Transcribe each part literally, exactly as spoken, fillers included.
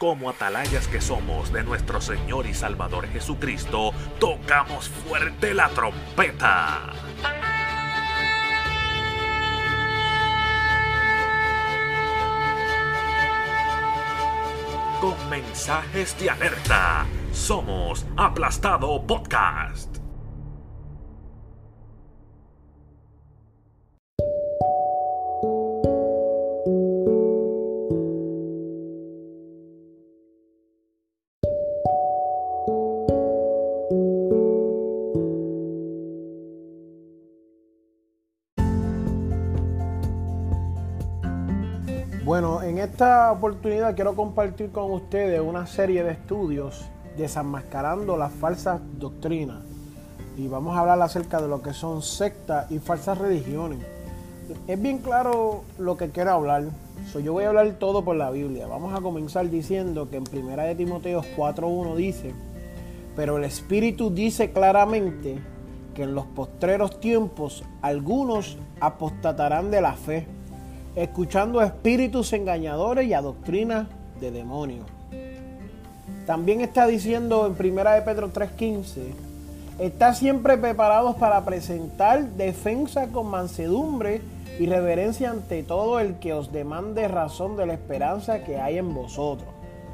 Como atalayas que somos de nuestro Señor y Salvador Jesucristo, tocamos fuerte la trompeta. Con mensajes de alerta, somos Aplastado Podcast. Bueno, en esta oportunidad quiero compartir con ustedes una serie de estudios desenmascarando las falsas doctrinas. Y vamos a hablar acerca de lo que son sectas y falsas religiones. Es bien claro lo que quiero hablar. So, yo voy a hablar todo por la Biblia. Vamos a comenzar diciendo que en primera de Timoteo cuatro uno dice: pero el Espíritu dice claramente que en los postreros tiempos algunos apostatarán de la fe, escuchando a espíritus engañadores y a doctrinas de demonios. También está diciendo en primera de Pedro tres quince: está siempre preparados para presentar defensa con mansedumbre y reverencia ante todo el que os demande razón de la esperanza que hay en vosotros.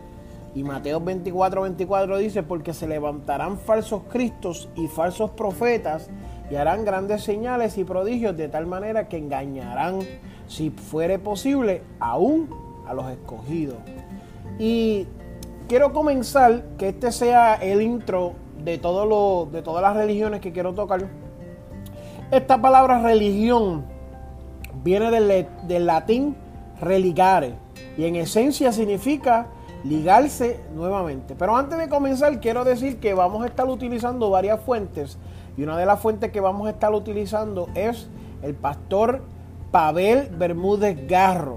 Y Mateo veinticuatro veinticuatro dice: porque se levantarán falsos cristos y falsos profetas y harán grandes señales y prodigios, de tal manera que engañarán, si fuere posible, aún a los escogidos. Y quiero comenzar, que este sea el intro de, todo lo, de todas las religiones que quiero tocar. Esta palabra religión viene del, del latín religare, y en esencia significa ligarse nuevamente. Pero antes de comenzar, quiero decir que vamos a estar utilizando varias fuentes, y una de las fuentes que vamos a estar utilizando es el pastor Pavel Bermúdez Garro.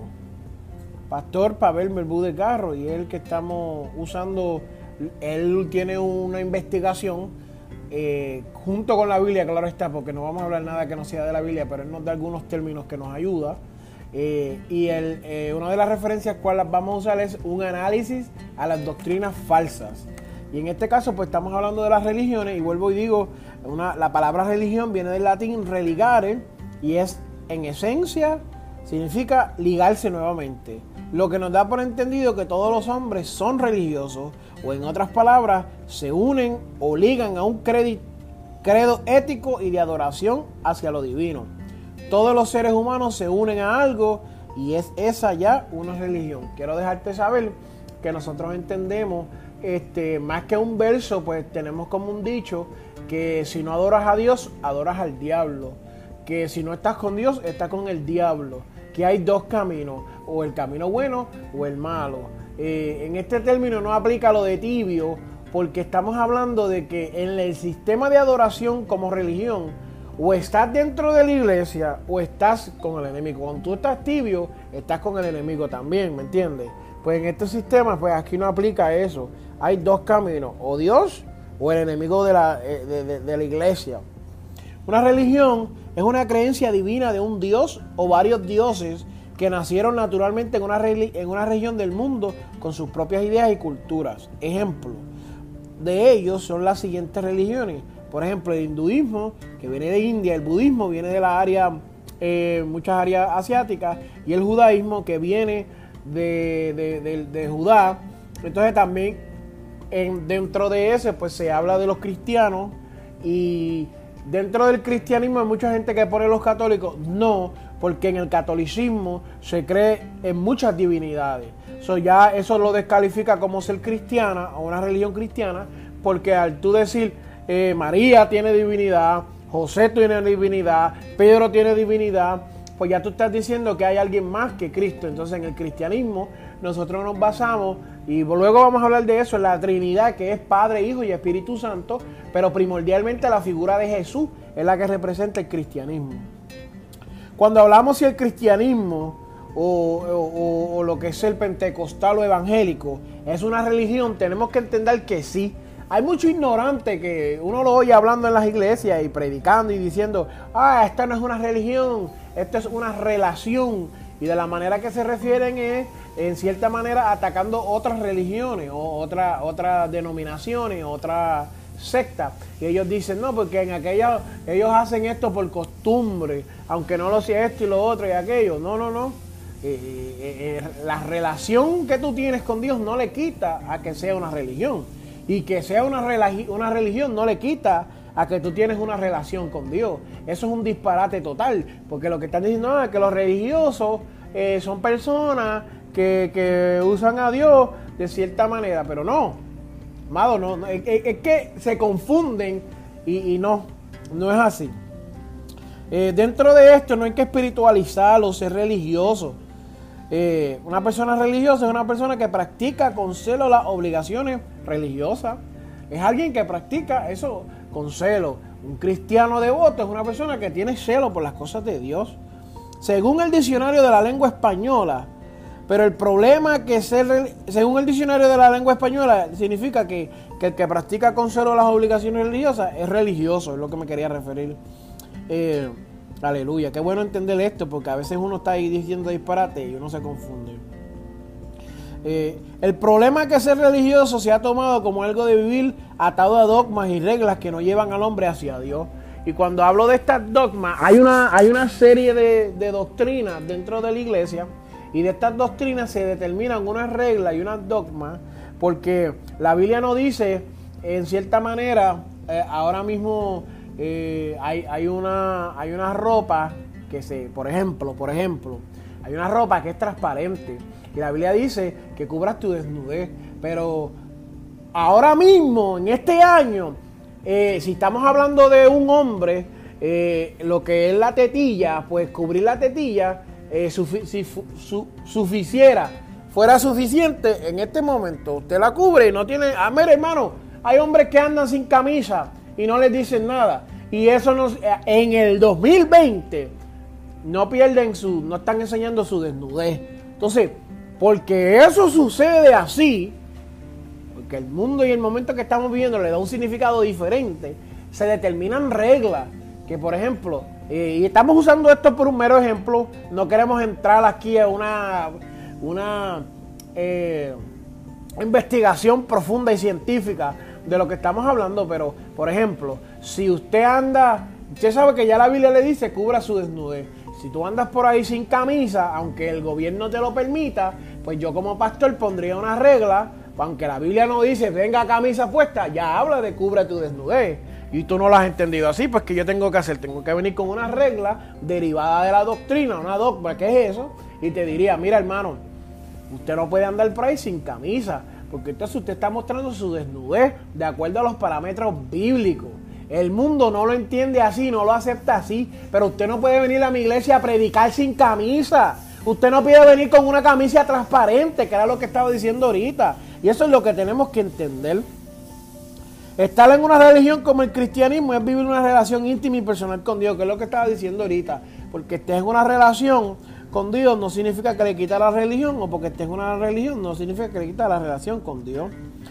Pastor Pavel Bermúdez Garro, y es el que estamos usando. Él tiene una investigación eh, junto con la Biblia, claro está, porque no vamos a hablar nada que no sea de la Biblia, pero él nos da algunos términos que nos ayuda. Eh, y el, eh, una de las referencias cuales vamos a usar es un análisis a las doctrinas falsas. Y en este caso, pues estamos hablando de las religiones, y vuelvo y digo, una, la palabra religión viene del latín religare, y es, en esencia, significa ligarse nuevamente. Lo que nos da por entendido que todos los hombres son religiosos, o en otras palabras, se unen o ligan a un credo, credo ético y de adoración hacia lo divino. Todos los seres humanos se unen a algo, y es esa ya una religión. Quiero dejarte saber que nosotros entendemos, este, más que un verso, pues tenemos como un dicho, que si no adoras a Dios, adoras al diablo. Que si no estás con Dios, estás con el diablo. Que hay dos caminos, o el camino bueno o el malo. Eh, en este término no aplica lo de tibio, porque estamos hablando de que en el sistema de adoración como religión, o estás dentro de la iglesia o estás con el enemigo. Cuando tú estás tibio, estás con el enemigo también, ¿me entiendes? Pues en este sistema, pues aquí no aplica eso. Hay dos caminos, o Dios o el enemigo de la, de, de, de la iglesia. Una religión es una creencia divina de un dios o varios dioses que nacieron naturalmente en una, en una región del mundo con sus propias ideas y culturas. Ejemplo de ellos son las siguientes religiones. Por ejemplo, el hinduismo, que viene de India; el budismo viene de la área, eh, muchas áreas asiáticas; y el judaísmo, que viene de, de, de, de Judá. Entonces también en, dentro de ese, pues se habla de los cristianos, y dentro del cristianismo hay mucha gente que pone los católicos. No, porque en el catolicismo se cree en muchas divinidades. So ya eso lo descalifica como ser cristiana o una religión cristiana, porque al tú decir eh, María tiene divinidad, José tiene divinidad, Pedro tiene divinidad, pues ya tú estás diciendo que hay alguien más que Cristo. Entonces en el cristianismo nosotros nos basamos, y luego vamos a hablar de eso, en la Trinidad, que es Padre, Hijo y Espíritu Santo, pero primordialmente la figura de Jesús es la que representa el cristianismo. Cuando hablamos si el cristianismo o, o, o lo que es el pentecostal o evangélico es una religión, tenemos que entender que sí. Hay mucho ignorante que uno lo oye hablando en las iglesias y predicando y diciendo: ah, esta no es una religión, esta es una relación. Y de la manera que se refieren es, en cierta manera, atacando otras religiones o otras otras denominaciones, otras sectas. Y ellos dicen, no, porque en aquella ellos hacen esto por costumbre, aunque no lo sea esto y lo otro y aquello. No, no, no. Eh, eh, eh, la relación que tú tienes con Dios no le quita a que sea una religión. Y que sea una, religi- una religión no le quita a que tú tienes una relación con Dios. Eso es un disparate total, porque lo que están diciendo es que los religiosos eh, son personas que, que usan a Dios de cierta manera, pero no, amado, no, no es, es que se confunden y, y no, no es así. Eh, dentro de esto no hay que espiritualizarlo, ser religioso. Eh, una persona religiosa es una persona que practica con celo las obligaciones religiosas. Es alguien que practica eso con celo. Un cristiano devoto es una persona que tiene celo por las cosas de Dios. Según el diccionario de la lengua española, pero el problema que ser, según el diccionario de la lengua española, significa que, que el que practica con celo las obligaciones religiosas es religioso, es lo que me quería referir. Eh, aleluya, qué bueno entender esto, porque a veces uno está ahí diciendo disparate y uno se confunde. Eh, el problema es que ser religioso se ha tomado como algo de vivir atado a dogmas y reglas que no llevan al hombre hacia Dios. Y cuando hablo de estas dogmas, hay una, hay una serie de, de doctrinas dentro de la iglesia, y de estas doctrinas se determinan unas reglas y unas dogmas, porque la Biblia nos dice, en cierta manera, eh, ahora mismo eh, hay, hay, una, hay una ropa que se, por ejemplo, por ejemplo, hay una ropa que es transparente, y la Biblia dice que cubras tu desnudez, pero ahora mismo, en este año, eh, si estamos hablando de un hombre, eh, lo que es la tetilla, pues cubrir la tetilla, eh, sufi- si fu- su- suficiera, fuera suficiente, en este momento usted la cubre y no tiene... Ah, mire, hermano, hay hombres que andan sin camisa y no les dicen nada, y eso nos, en el dos mil veinte no pierden su, no están enseñando su desnudez. Entonces, porque eso sucede así, porque el mundo y el momento que estamos viviendo le da un significado diferente, se determinan reglas que, por ejemplo, eh, y estamos usando esto por un mero ejemplo, no queremos entrar aquí a una, una eh, investigación profunda y científica de lo que estamos hablando, pero, por ejemplo, si usted anda, usted sabe que ya la Biblia le dice, cubra su desnudez. Si tú andas por ahí sin camisa, aunque el gobierno te lo permita, pues yo como pastor pondría una regla, aunque la Biblia no dice venga camisa puesta, ya habla de cubre tu desnudez. Y tú no lo has entendido así, pues ¿qué yo tengo que hacer? Tengo que venir con una regla derivada de la doctrina, una dogma, ¿qué es eso? Y te diría, mira hermano, usted no puede andar por ahí sin camisa, porque entonces usted está mostrando su desnudez de acuerdo a los parámetros bíblicos. El mundo no lo entiende así, no lo acepta así, pero usted no puede venir a mi iglesia a predicar sin camisa. Usted no puede venir con una camisa transparente, que era lo que estaba diciendo ahorita. Y eso es lo que tenemos que entender. Estar en una religión como el cristianismo es vivir una relación íntima y personal con Dios, que es lo que estaba diciendo ahorita. Porque estés en una relación con Dios no significa que le quita la religión, o porque estés en una religión no significa que le quita la relación con Dios.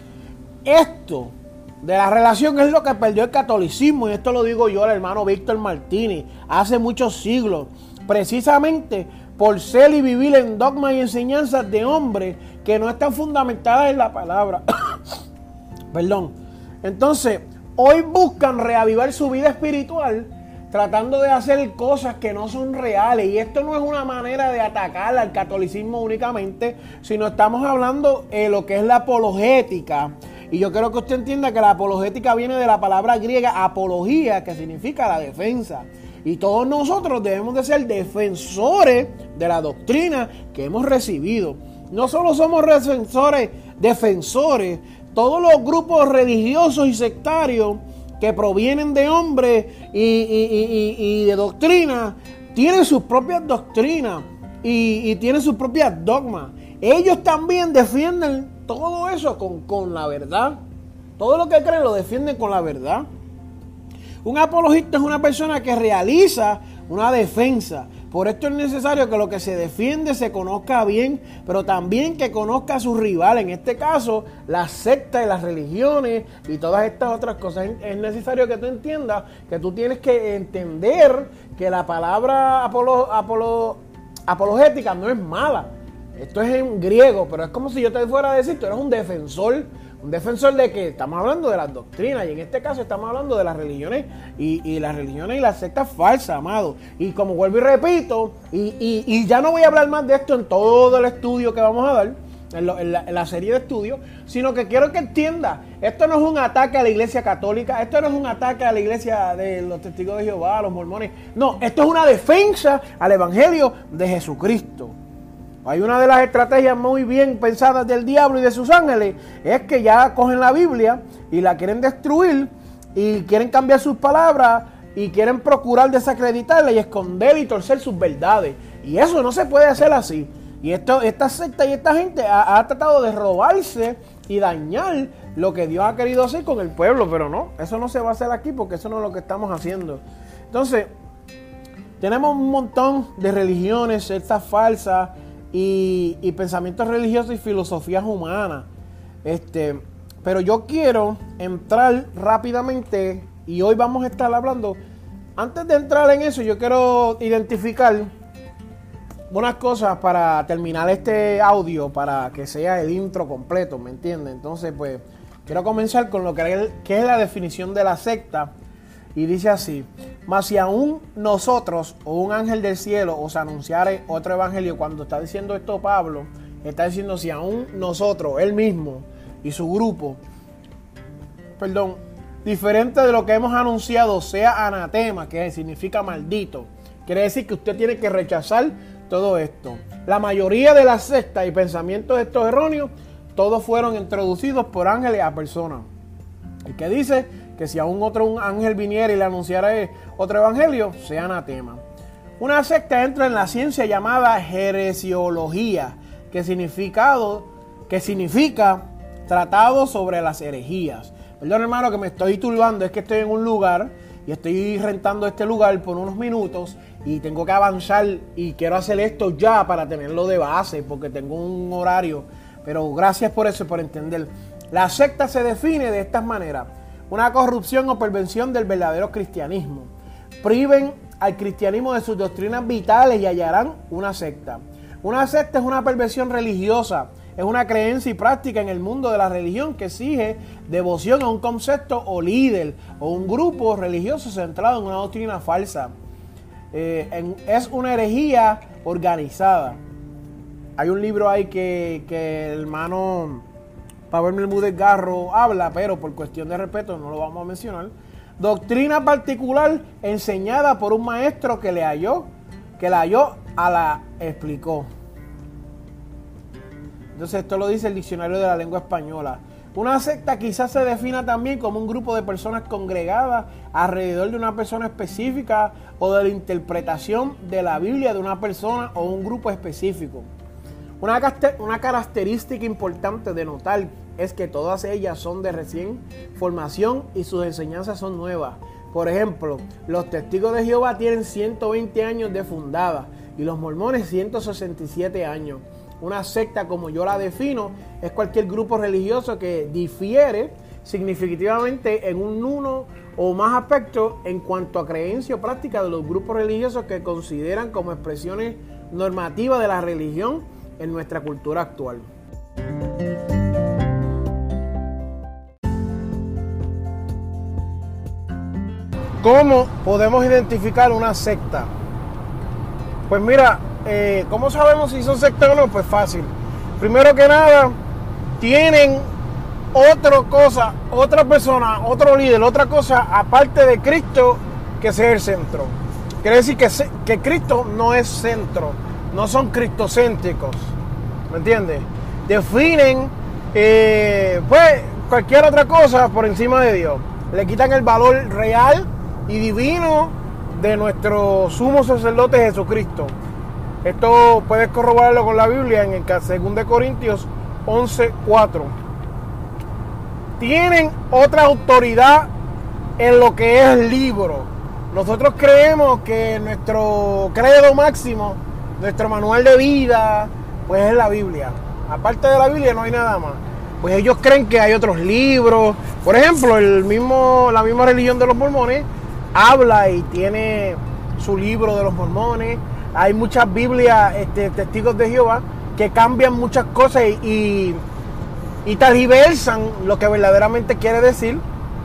Esto de la relación es lo que perdió el catolicismo, y esto lo digo yo, el hermano Víctor Martínez, hace muchos siglos, precisamente por ser y vivir en dogmas y enseñanzas de hombres que no están fundamentadas en la palabra. Perdón. Entonces, hoy buscan reavivar su vida espiritual tratando de hacer cosas que no son reales, y esto no es una manera de atacar al catolicismo únicamente, sino estamos hablando de lo que es la apologética. Y yo quiero que usted entienda que la apologética viene de la palabra griega apología, que significa la defensa. Y todos nosotros debemos de ser defensores de la doctrina que hemos recibido. No solo somos defensores, defensores, todos los grupos religiosos y sectarios que provienen de hombres y, y, y, y de doctrina, tienen sus propias doctrinas y, y tienen sus propias dogmas. Ellos también defienden todo eso con, con la verdad. Todo lo que creen lo defienden con la verdad. Un apologista es una persona que realiza una defensa. Por esto es necesario que lo que se defiende se conozca bien, pero también que conozca a su rival. En este caso, las sectas y las religiones y todas estas otras cosas. Es necesario que tú entiendas que tú tienes que entender que la palabra apolo, apolo, apologética no es mala. Esto es en griego, pero es como si yo te fuera a decir, tú eres un defensor. Un defensor de que estamos hablando de las doctrinas, y en este caso estamos hablando de las religiones y, y las religiones y las sectas falsas, amado. Y como vuelvo y repito, y, y, y ya no voy a hablar más de esto en todo el estudio que vamos a dar, en, lo, en, la, en la serie de estudios, sino que quiero que entienda, esto no es un ataque a la iglesia católica, esto no es un ataque a la iglesia de los testigos de Jehová, a los mormones, no, esto es una defensa al evangelio de Jesucristo. Hay una de las estrategias muy bien pensadas del diablo y de sus ángeles, es que ya cogen la Biblia y la quieren destruir y quieren cambiar sus palabras y quieren procurar desacreditarla y esconder y torcer sus verdades. Y eso no se puede hacer así. Y esto, esta secta y esta gente ha, ha tratado de robarse y dañar lo que Dios ha querido hacer con el pueblo, pero no, eso no se va a hacer aquí porque eso no es lo que estamos haciendo. Entonces, tenemos un montón de religiones, sectas falsas, Y, y pensamientos religiosos y filosofías humanas. Este, pero yo quiero entrar rápidamente, y hoy vamos a estar hablando, antes de entrar en eso, yo quiero identificar unas cosas para terminar este audio, para que sea el intro completo, ¿me entienden? Entonces, pues, quiero comenzar con lo que es, que es la definición de la secta. Y dice así: mas si aún nosotros o un ángel del cielo os anunciare otro evangelio. Cuando está diciendo esto Pablo, está diciendo si aún nosotros, él mismo y su grupo, perdón, diferente de lo que hemos anunciado, sea anatema, que significa maldito, quiere decir que usted tiene que rechazar todo esto. La mayoría de las sectas y pensamientos de estos erróneos, todos fueron introducidos por ángeles a personas. ¿Y qué dice? Que si aún otro un ángel viniera y le anunciara otro evangelio, sea anatema. Una secta entra en la ciencia llamada heresiología, que, significado, que significa tratado sobre las herejías. Perdón, hermano, que me estoy turbando, es que estoy en un lugar y estoy rentando este lugar por unos minutos y tengo que avanzar y quiero hacer esto ya para tenerlo de base porque tengo un horario. Pero gracias por eso y por entender. La secta se define de estas maneras: una corrupción o perversión del verdadero cristianismo. Priven al cristianismo de sus doctrinas vitales y hallarán una secta. Una secta es una perversión religiosa, es una creencia y práctica en el mundo de la religión que exige devoción a un concepto o líder o un grupo religioso centrado en una doctrina falsa. Eh, en, es una herejía organizada. Hay un libro ahí que, que el hermano Pablo Bermúdez Garro habla, pero por cuestión de respeto no lo vamos a mencionar. Doctrina particular enseñada por un maestro que le halló, que la halló a la explicó. Entonces esto lo dice el diccionario de la lengua española. Una secta quizás se defina también como un grupo de personas congregadas alrededor de una persona específica o de la interpretación de la Biblia de una persona o un grupo específico. Una, una característica importante de notar es que todas ellas son de recién formación y sus enseñanzas son nuevas. Por ejemplo, los testigos de Jehová tienen ciento veinte años de fundada y los mormones ciento sesenta y siete años. Una secta, como yo la defino, es cualquier grupo religioso que difiere significativamente en un uno o más aspectos en cuanto a creencia o práctica de los grupos religiosos que consideran como expresiones normativas de la religión en nuestra cultura actual. ¿Cómo podemos identificar una secta? Pues mira, eh, ¿cómo sabemos si son sectas o no? Pues fácil. Primero que nada, tienen otra cosa, otra persona, otro líder, otra cosa aparte de Cristo que sea el centro. Quiere decir que, que Cristo no es centro, no son cristocéntricos, ¿me entiendes? Definen eh, pues cualquier otra cosa por encima de Dios. Le quitan el valor real y divino de nuestro sumo sacerdote Jesucristo. Esto puedes corroborarlo con la Biblia en el segundo de Corintios once cuatro. Tienen otra autoridad en lo que es el libro. Nosotros creemos que nuestro credo máximo, nuestro manual de vida, pues es la Biblia. Aparte de la Biblia no hay nada más. Pues ellos creen que hay otros libros. Por ejemplo, el mismo, la misma religión de los mormones habla y tiene su libro de los mormones. hay muchas Biblias, este, testigos de Jehová, que cambian muchas cosas y, y, y tergiversan lo que verdaderamente quiere decir.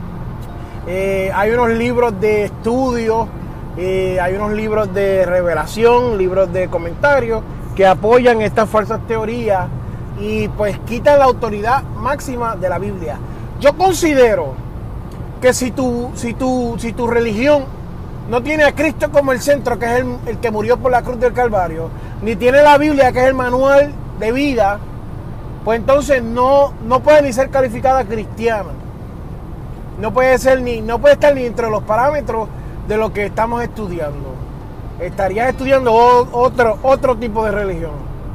Eh, hay unos libros de estudio, eh, hay unos libros de revelación, libros de comentarios que apoyan estas falsas teorías y pues quitan la autoridad máxima de la Biblia. Yo considero que si tu, si tu, si tu religión no tiene a Cristo como el centro, que es el, el que murió por la cruz del Calvario, ni tiene la Biblia, que es el manual de vida, pues entonces no, no puede ni ser calificada cristiana. No puede ser ni, no puede estar ni entre los parámetros de lo que estamos estudiando. Estarías estudiando otro, otro tipo de religión.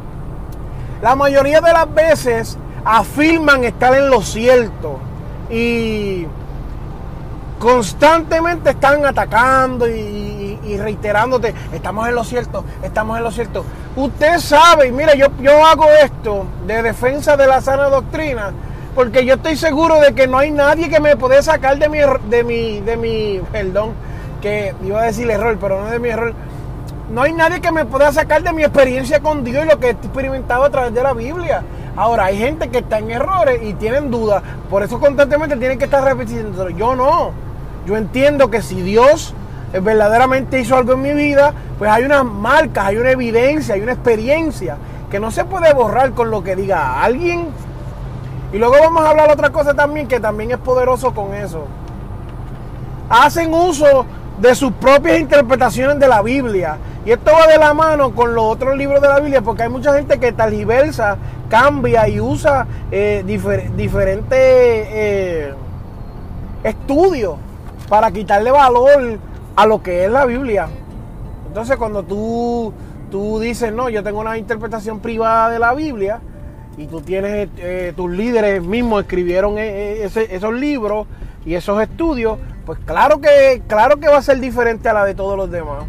La mayoría de las veces afirman estar en lo cierto y constantemente están atacando y, y, y reiterándote, estamos en lo cierto, estamos en lo cierto. Usted sabe, y mire, yo, yo hago esto de defensa de la sana doctrina, porque yo estoy seguro de que no hay nadie que me pueda sacar de mi, de mi, de mi, perdón, que iba a decir error, pero no de mi error. No hay nadie que me pueda sacar de mi experiencia con Dios y lo que he experimentado a través de la Biblia. Ahora, hay gente que está en errores y tienen dudas, por eso constantemente tienen que estar repitiendo. Yo no. Yo entiendo que si Dios verdaderamente hizo algo en mi vida, pues hay unas marcas, hay una evidencia, hay una experiencia que no se puede borrar con lo que diga alguien. Y luego vamos a hablar otra cosa también que también es poderoso con eso. Hacen uso de sus propias interpretaciones de la Biblia. Y esto va de la mano con los otros libros de la Biblia, porque hay mucha gente que tergiversa, cambia y usa eh, difer- diferentes eh, estudios para quitarle valor a lo que es la Biblia. Entonces cuando tú, tú dices, no, yo tengo una interpretación privada de la Biblia, y tú tienes, eh, tus líderes mismos escribieron ese, esos libros y esos estudios, pues claro que, claro que va a ser diferente a la de todos los demás.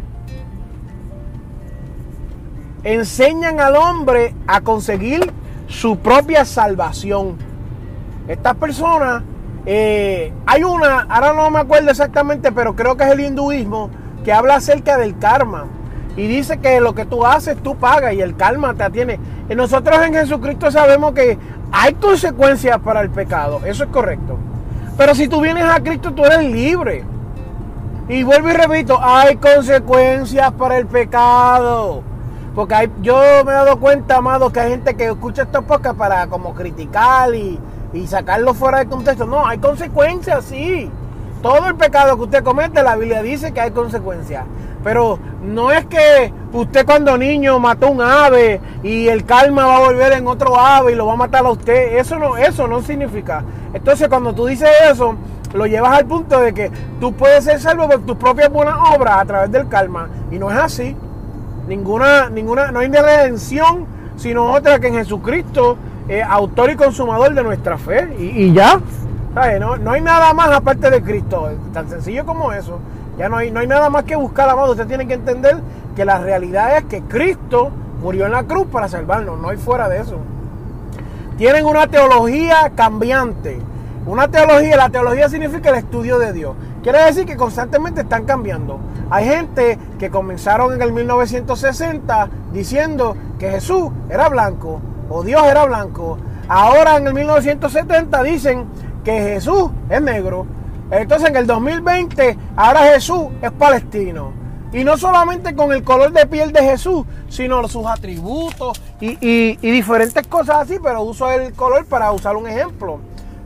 Enseñan al hombre a conseguir su propia salvación. Estas personas, eh, hay una, ahora no me acuerdo exactamente, pero creo que es el hinduismo, que habla acerca del karma. Y dice que lo que tú haces, tú pagas y el karma te atiene. Y nosotros en Jesucristo sabemos que hay consecuencias para el pecado. Eso es correcto. Pero si tú vienes a Cristo, tú eres libre. Y vuelvo y repito, hay consecuencias para el pecado. Porque hay, yo me he dado cuenta, amado, que hay gente que escucha estos podcasts para como criticar y, y sacarlo fuera de contexto. No, hay consecuencias, sí. Todo el pecado que usted comete, la Biblia dice que hay consecuencias. Pero no es que usted cuando niño mató un ave y el karma va a volver en otro ave y lo va a matar a usted. Eso no, eso no significa. Entonces cuando tú dices eso, lo llevas al punto de que tú puedes ser salvo por tus propias buenas obras a través del karma. Y no es así. Ninguna, ninguna, no hay redención, sino otra que en Jesucristo, eh, autor y consumador de nuestra fe. Y, y ya, ¿sabes? No, no hay nada más aparte de Cristo. Tan sencillo como eso. Ya no hay, no hay nada más que buscar, amado. Usted tiene que entender que la realidad es que Cristo murió en la cruz para salvarnos. No hay fuera de eso. Tienen una teología cambiante. Una teología, la teología significa el estudio de Dios. Quiere decir que constantemente están cambiando. Hay gente que comenzaron en el mil novecientos sesenta diciendo que Jesús era blanco o Dios era blanco. Ahora en el mil novecientos setenta dicen que Jesús es negro. Entonces en el dos mil veinte ahora Jesús es palestino. Y no solamente con el color de piel de Jesús, sino sus atributos y, y, y diferentes cosas así, pero uso el color para usar un ejemplo.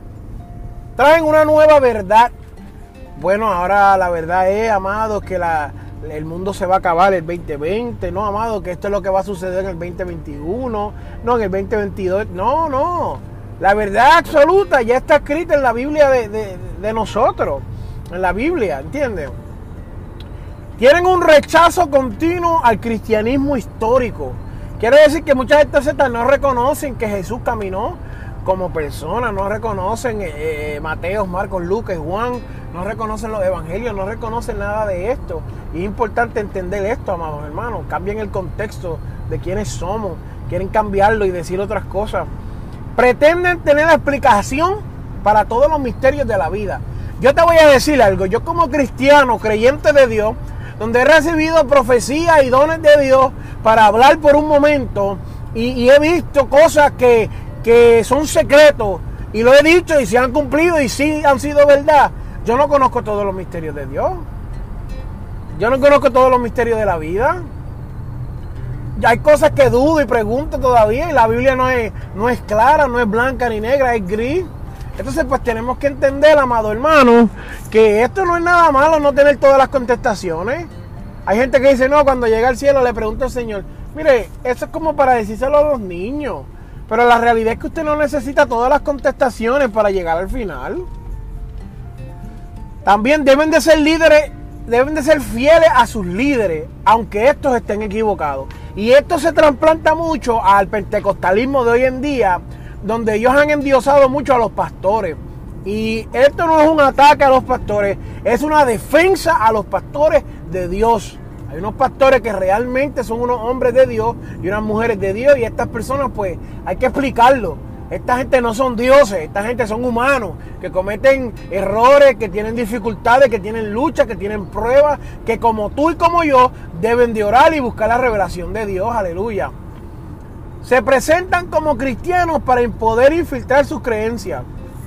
Traen una nueva verdad. Bueno, ahora la verdad es, amados, que la, el mundo se va a acabar el veinte veinte. No, amados, que esto es lo que va a suceder en el veinte veintiuno. No, en el veinte veintidós. No, no. La verdad absoluta ya está escrita en la Biblia de, de, de nosotros. En la Biblia, ¿entienden? Tienen un rechazo continuo al cristianismo histórico. Quiere decir que muchas de estas sectas no reconocen que Jesús caminó como persona, no reconocen eh, Mateo, Marcos, Lucas, Juan, no reconocen los evangelios, no reconocen nada de esto. Y es importante entender esto, amados hermanos. Cambien el contexto de quiénes somos, quieren cambiarlo y decir otras cosas. Pretenden tener la explicación para todos los misterios de la vida. Yo te voy a decir algo, yo como cristiano, creyente de Dios, donde he recibido profecías y dones de Dios para hablar por un momento y, y he visto cosas que, que son secretos y lo he dicho y se han cumplido y sí han sido verdad. Yo no conozco todos los misterios de Dios. Yo no conozco todos los misterios de la vida. Hay cosas que dudo y pregunto todavía y la Biblia no es, no es clara, no es blanca ni negra, es gris. Entonces pues tenemos que entender, amado hermano, que esto no es nada malo no tener todas las contestaciones. Hay gente que dice, no, cuando llega al cielo le pregunta al Señor. Mire, eso es como para decírselo a los niños. Pero la realidad es que usted no necesita todas las contestaciones para llegar al final. También deben de ser líderes, deben de ser fieles a sus líderes, aunque estos estén equivocados. Y esto se trasplanta mucho al pentecostalismo de hoy en día, donde ellos han endiosado mucho a los pastores. Y esto no es un ataque a los pastores, es una defensa a los pastores de Dios. Hay unos pastores que realmente son unos hombres de Dios y unas mujeres de Dios, y estas personas pues hay que explicarlo. Esta gente no son dioses, esta gente son humanos que cometen errores, que tienen dificultades, que tienen luchas, que tienen pruebas, que como tú y como yo deben de orar y buscar la revelación de Dios, aleluya. Se presentan como cristianos para poder infiltrar sus creencias.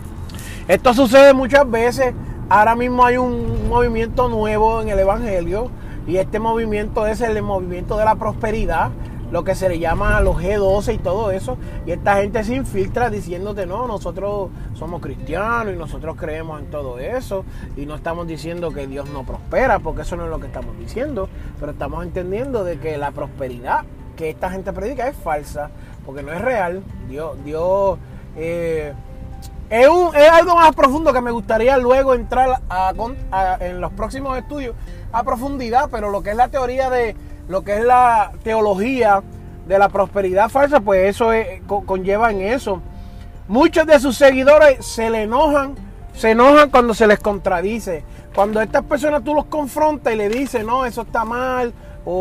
Esto sucede muchas veces. Ahora mismo hay un movimiento nuevo en el Evangelio y este movimiento es el movimiento de la prosperidad, lo que se le llama los G doce y todo eso, y esta gente se infiltra diciéndote, no, nosotros somos cristianos y nosotros creemos en todo eso y no estamos diciendo que Dios no prospera, porque eso no es lo que estamos diciendo, pero estamos entendiendo de que la prosperidad que esta gente predica es falsa, porque no es real. Dios, Dios eh, es, un, es algo más profundo que me gustaría luego entrar a, a, en los próximos estudios a profundidad, pero lo que es la teoría de lo que es la teología de la prosperidad falsa, pues eso es, conlleva en eso. Muchos de sus seguidores se le enojan, se enojan cuando se les contradice. Cuando estas personas tú los confrontas y le dices, no, eso está mal,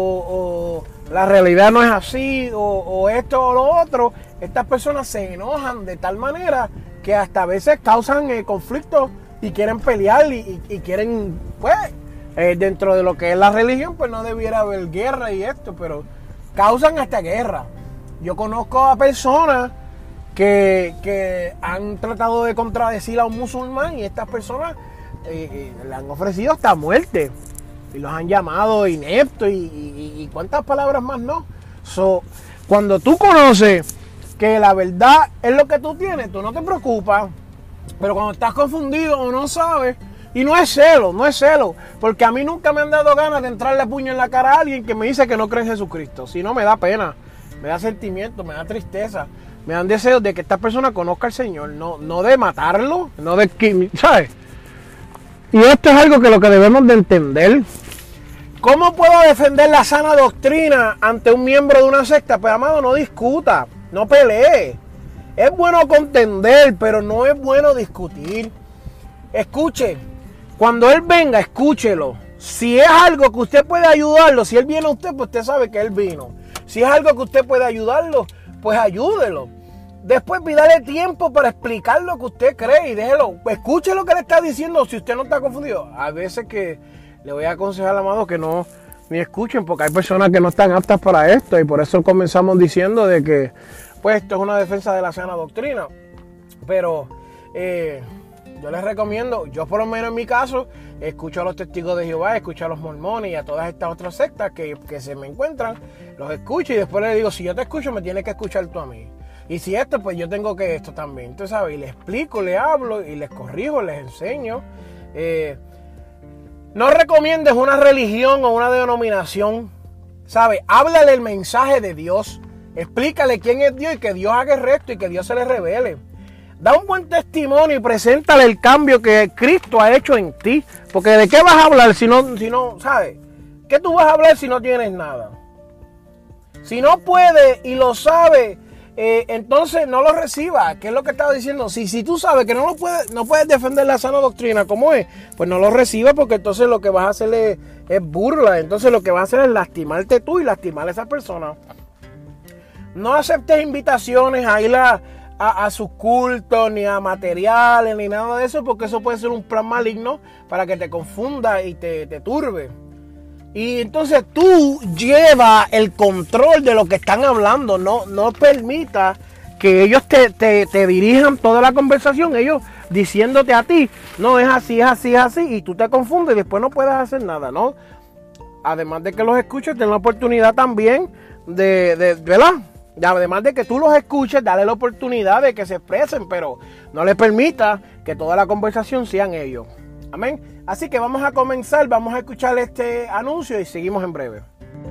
o, o la realidad no es así, o, o esto o lo otro, estas personas se enojan de tal manera que hasta a veces causan eh, conflictos y quieren pelear y, y, y quieren, pues, Eh, dentro de lo que es la religión, pues no debiera haber guerra y esto, pero causan hasta guerra. Yo conozco a personas que, que han tratado de contradecir a un musulmán y estas personas eh, eh, le han ofrecido hasta muerte y los han llamado ineptos y, y, y cuántas palabras más no. So, cuando tú conoces que la verdad es lo que tú tienes, tú no te preocupas, pero cuando estás confundido o no sabes. Y no es celo, no es celo, porque a mí nunca me han dado ganas de entrarle puño en la cara a alguien que me dice que no cree en Jesucristo. Si no, me da pena, me da sentimiento, me da tristeza, me dan deseos de que esta persona conozca al Señor, no, no de matarlo, no de que, ¿sabes? Y esto es algo que lo que debemos de entender. ¿Cómo puedo defender la sana doctrina ante un miembro de una secta? Pues, amado, no discuta, no pelee. Es bueno contender, pero no es bueno discutir. Escuche. Cuando él venga, escúchelo. Si es algo que usted puede ayudarlo, si él viene a usted, pues usted sabe que él vino. Si es algo que usted puede ayudarlo, pues ayúdelo. Después pídale tiempo para explicar lo que usted cree y déjelo. Escuche lo que le está diciendo si usted no está confundido. A veces que le voy a aconsejar, amado, que no ni escuchen, porque hay personas que no están aptas para esto y por eso comenzamos diciendo de que pues esto es una defensa de la sana doctrina. Pero eh, yo les recomiendo, yo por lo menos en mi caso, escucho a los testigos de Jehová, escucho a los mormones y a todas estas otras sectas que, que se me encuentran, los escucho y después les digo, si yo te escucho, me tienes que escuchar tú a mí. Y si esto, pues yo tengo que esto también. Entonces, ¿sabes? Y les explico, les hablo y les corrijo, les enseño. Eh, no recomiendes una religión o una denominación, ¿sabes? Háblale el mensaje de Dios. Explícale quién es Dios y que Dios haga el resto y que Dios se le revele. Da un buen testimonio y preséntale el cambio que Cristo ha hecho en ti. Porque ¿de qué vas a hablar si no, si no, ¿sabes? ¿Qué tú vas a hablar si no tienes nada? Si no puedes y lo sabes, eh, entonces no lo recibas. ¿Qué es lo que estaba diciendo? Si, si tú sabes que no lo puedes, no puedes defender la sana doctrina como es, pues no lo recibas, porque entonces lo que vas a hacer es, es burla. Entonces lo que vas a hacer es lastimarte tú y lastimar a esa persona. No aceptes invitaciones a ir a, a, a sus cultos, ni a materiales, ni nada de eso, porque eso puede ser un plan maligno para que te confunda y te, te turbe. Y entonces tú llevas el control de lo que están hablando. No, no permita que ellos te, te, te dirijan toda la conversación. Ellos diciéndote a ti, no, es así, es así, es así. Y tú te confundes y después no puedes hacer nada, ¿no? Además de que los escuches, ten la oportunidad también de, de, ¿verdad? Además de que tú los escuches, dale la oportunidad de que se expresen, pero no les permita que toda la conversación sean ellos. Amén. Así que vamos a comenzar, vamos a escuchar este anuncio y seguimos en breve.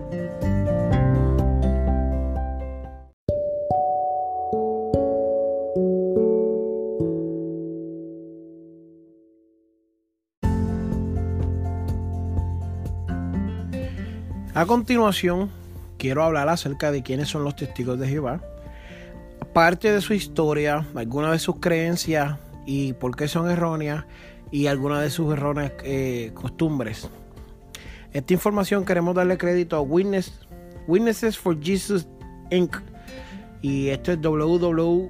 A continuación, quiero hablar acerca de quiénes son los testigos de Jehová, parte de su historia, algunas de sus creencias y por qué son erróneas, y algunas de sus erróneas eh, costumbres. Esta información queremos darle crédito a Witness, Witnesses for Jesus incorporated. Y esto es w w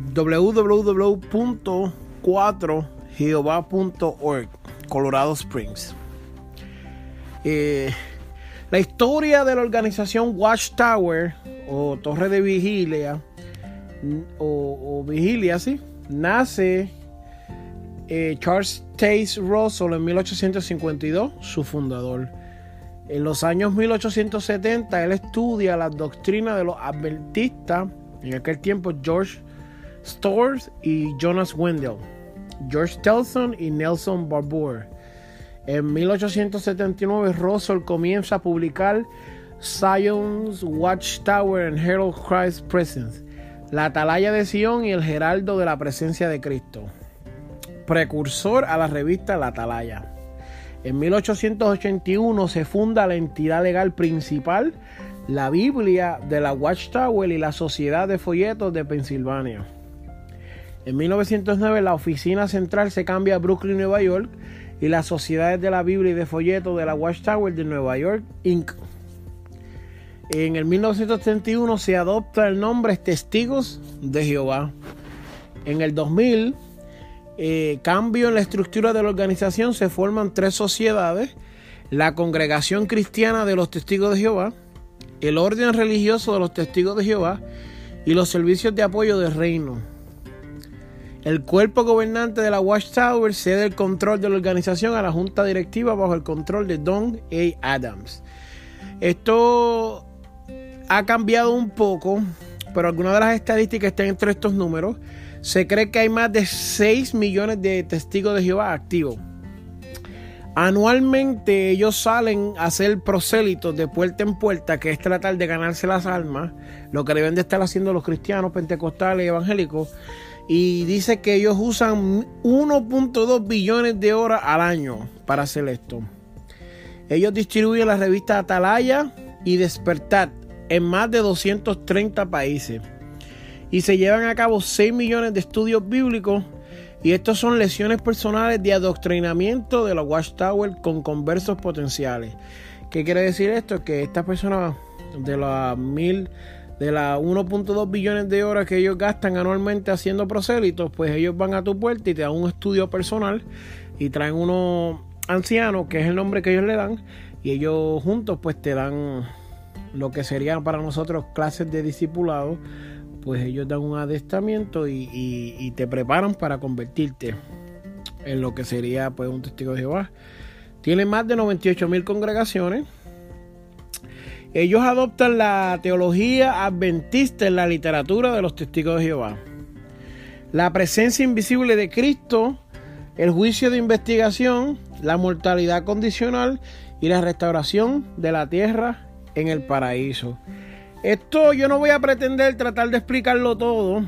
w punto cuatro jehová punto org, Colorado Springs. Eh, la historia de la organización Watchtower o Torre de Vigilia o, o Vigilia, ¿sí? Nace Eh, Charles Taze Russell en mil ochocientos cincuenta y dos, su fundador. En los años mil ochocientos setenta, él estudia la doctrina de los adventistas, en aquel tiempo George Storrs y Jonas Wendell, George Telson y Nelson Barbour. En mil ochocientos setenta y nueve, Russell comienza a publicar Zion's Watchtower and Herald Christ's Presence, la Atalaya de Sion y el Heraldo de la Presencia de Cristo, precursor a la revista La Atalaya. En mil ochocientos ochenta y uno se funda la entidad legal principal, la Biblia de la Watchtower y la Sociedad de Folletos de Pensilvania. En mil novecientos nueve la oficina central se cambia a Brooklyn, Nueva York, y las Sociedades de la Biblia y de Folletos de la Watchtower de Nueva York, incorporated. En el mil novecientos treinta y uno se adopta el nombre Testigos de Jehová. En el dos mil, Eh, cambio en la estructura de la organización, se forman tres sociedades: la Congregación Cristiana de los Testigos de Jehová, el Orden Religioso de los Testigos de Jehová y los Servicios de Apoyo del Reino. El cuerpo gobernante de la Watchtower cede el control de la organización a la Junta Directiva bajo el control de Don A. Adams. Esto ha cambiado un poco, pero algunas de las estadísticas están entre estos números. Se cree que hay más de seis millones de testigos de Jehová activos. Anualmente ellos salen a hacer prosélitos de puerta en puerta, que es tratar de ganarse las almas, lo que deben de estar haciendo los cristianos, pentecostales y evangélicos. Y dice que ellos usan uno punto dos billones de horas al año para hacer esto. Ellos distribuyen la revista Atalaya y Despertar en más de doscientos treinta países. Y se llevan a cabo seis millones de estudios bíblicos. Y estos son lecciones personales de adoctrinamiento de la Watchtower con conversos potenciales. ¿Qué quiere decir esto? Que estas personas de las mil, de las uno punto dos billones de horas que ellos gastan anualmente haciendo prosélitos, pues ellos van a tu puerta y te dan un estudio personal y traen unos ancianos, que es el nombre que ellos le dan, y ellos juntos pues te dan lo que serían para nosotros clases de discipulado. Pues ellos dan un adiestramiento y, y, y te preparan para convertirte en lo que sería pues un testigo de Jehová. Tienen más de noventa y ocho mil congregaciones. Ellos adoptan la teología adventista en la literatura de los testigos de Jehová. La presencia invisible de Cristo, el juicio de investigación, la mortalidad condicional y la restauración de la tierra en el paraíso. Esto yo no voy a pretender tratar de explicarlo todo,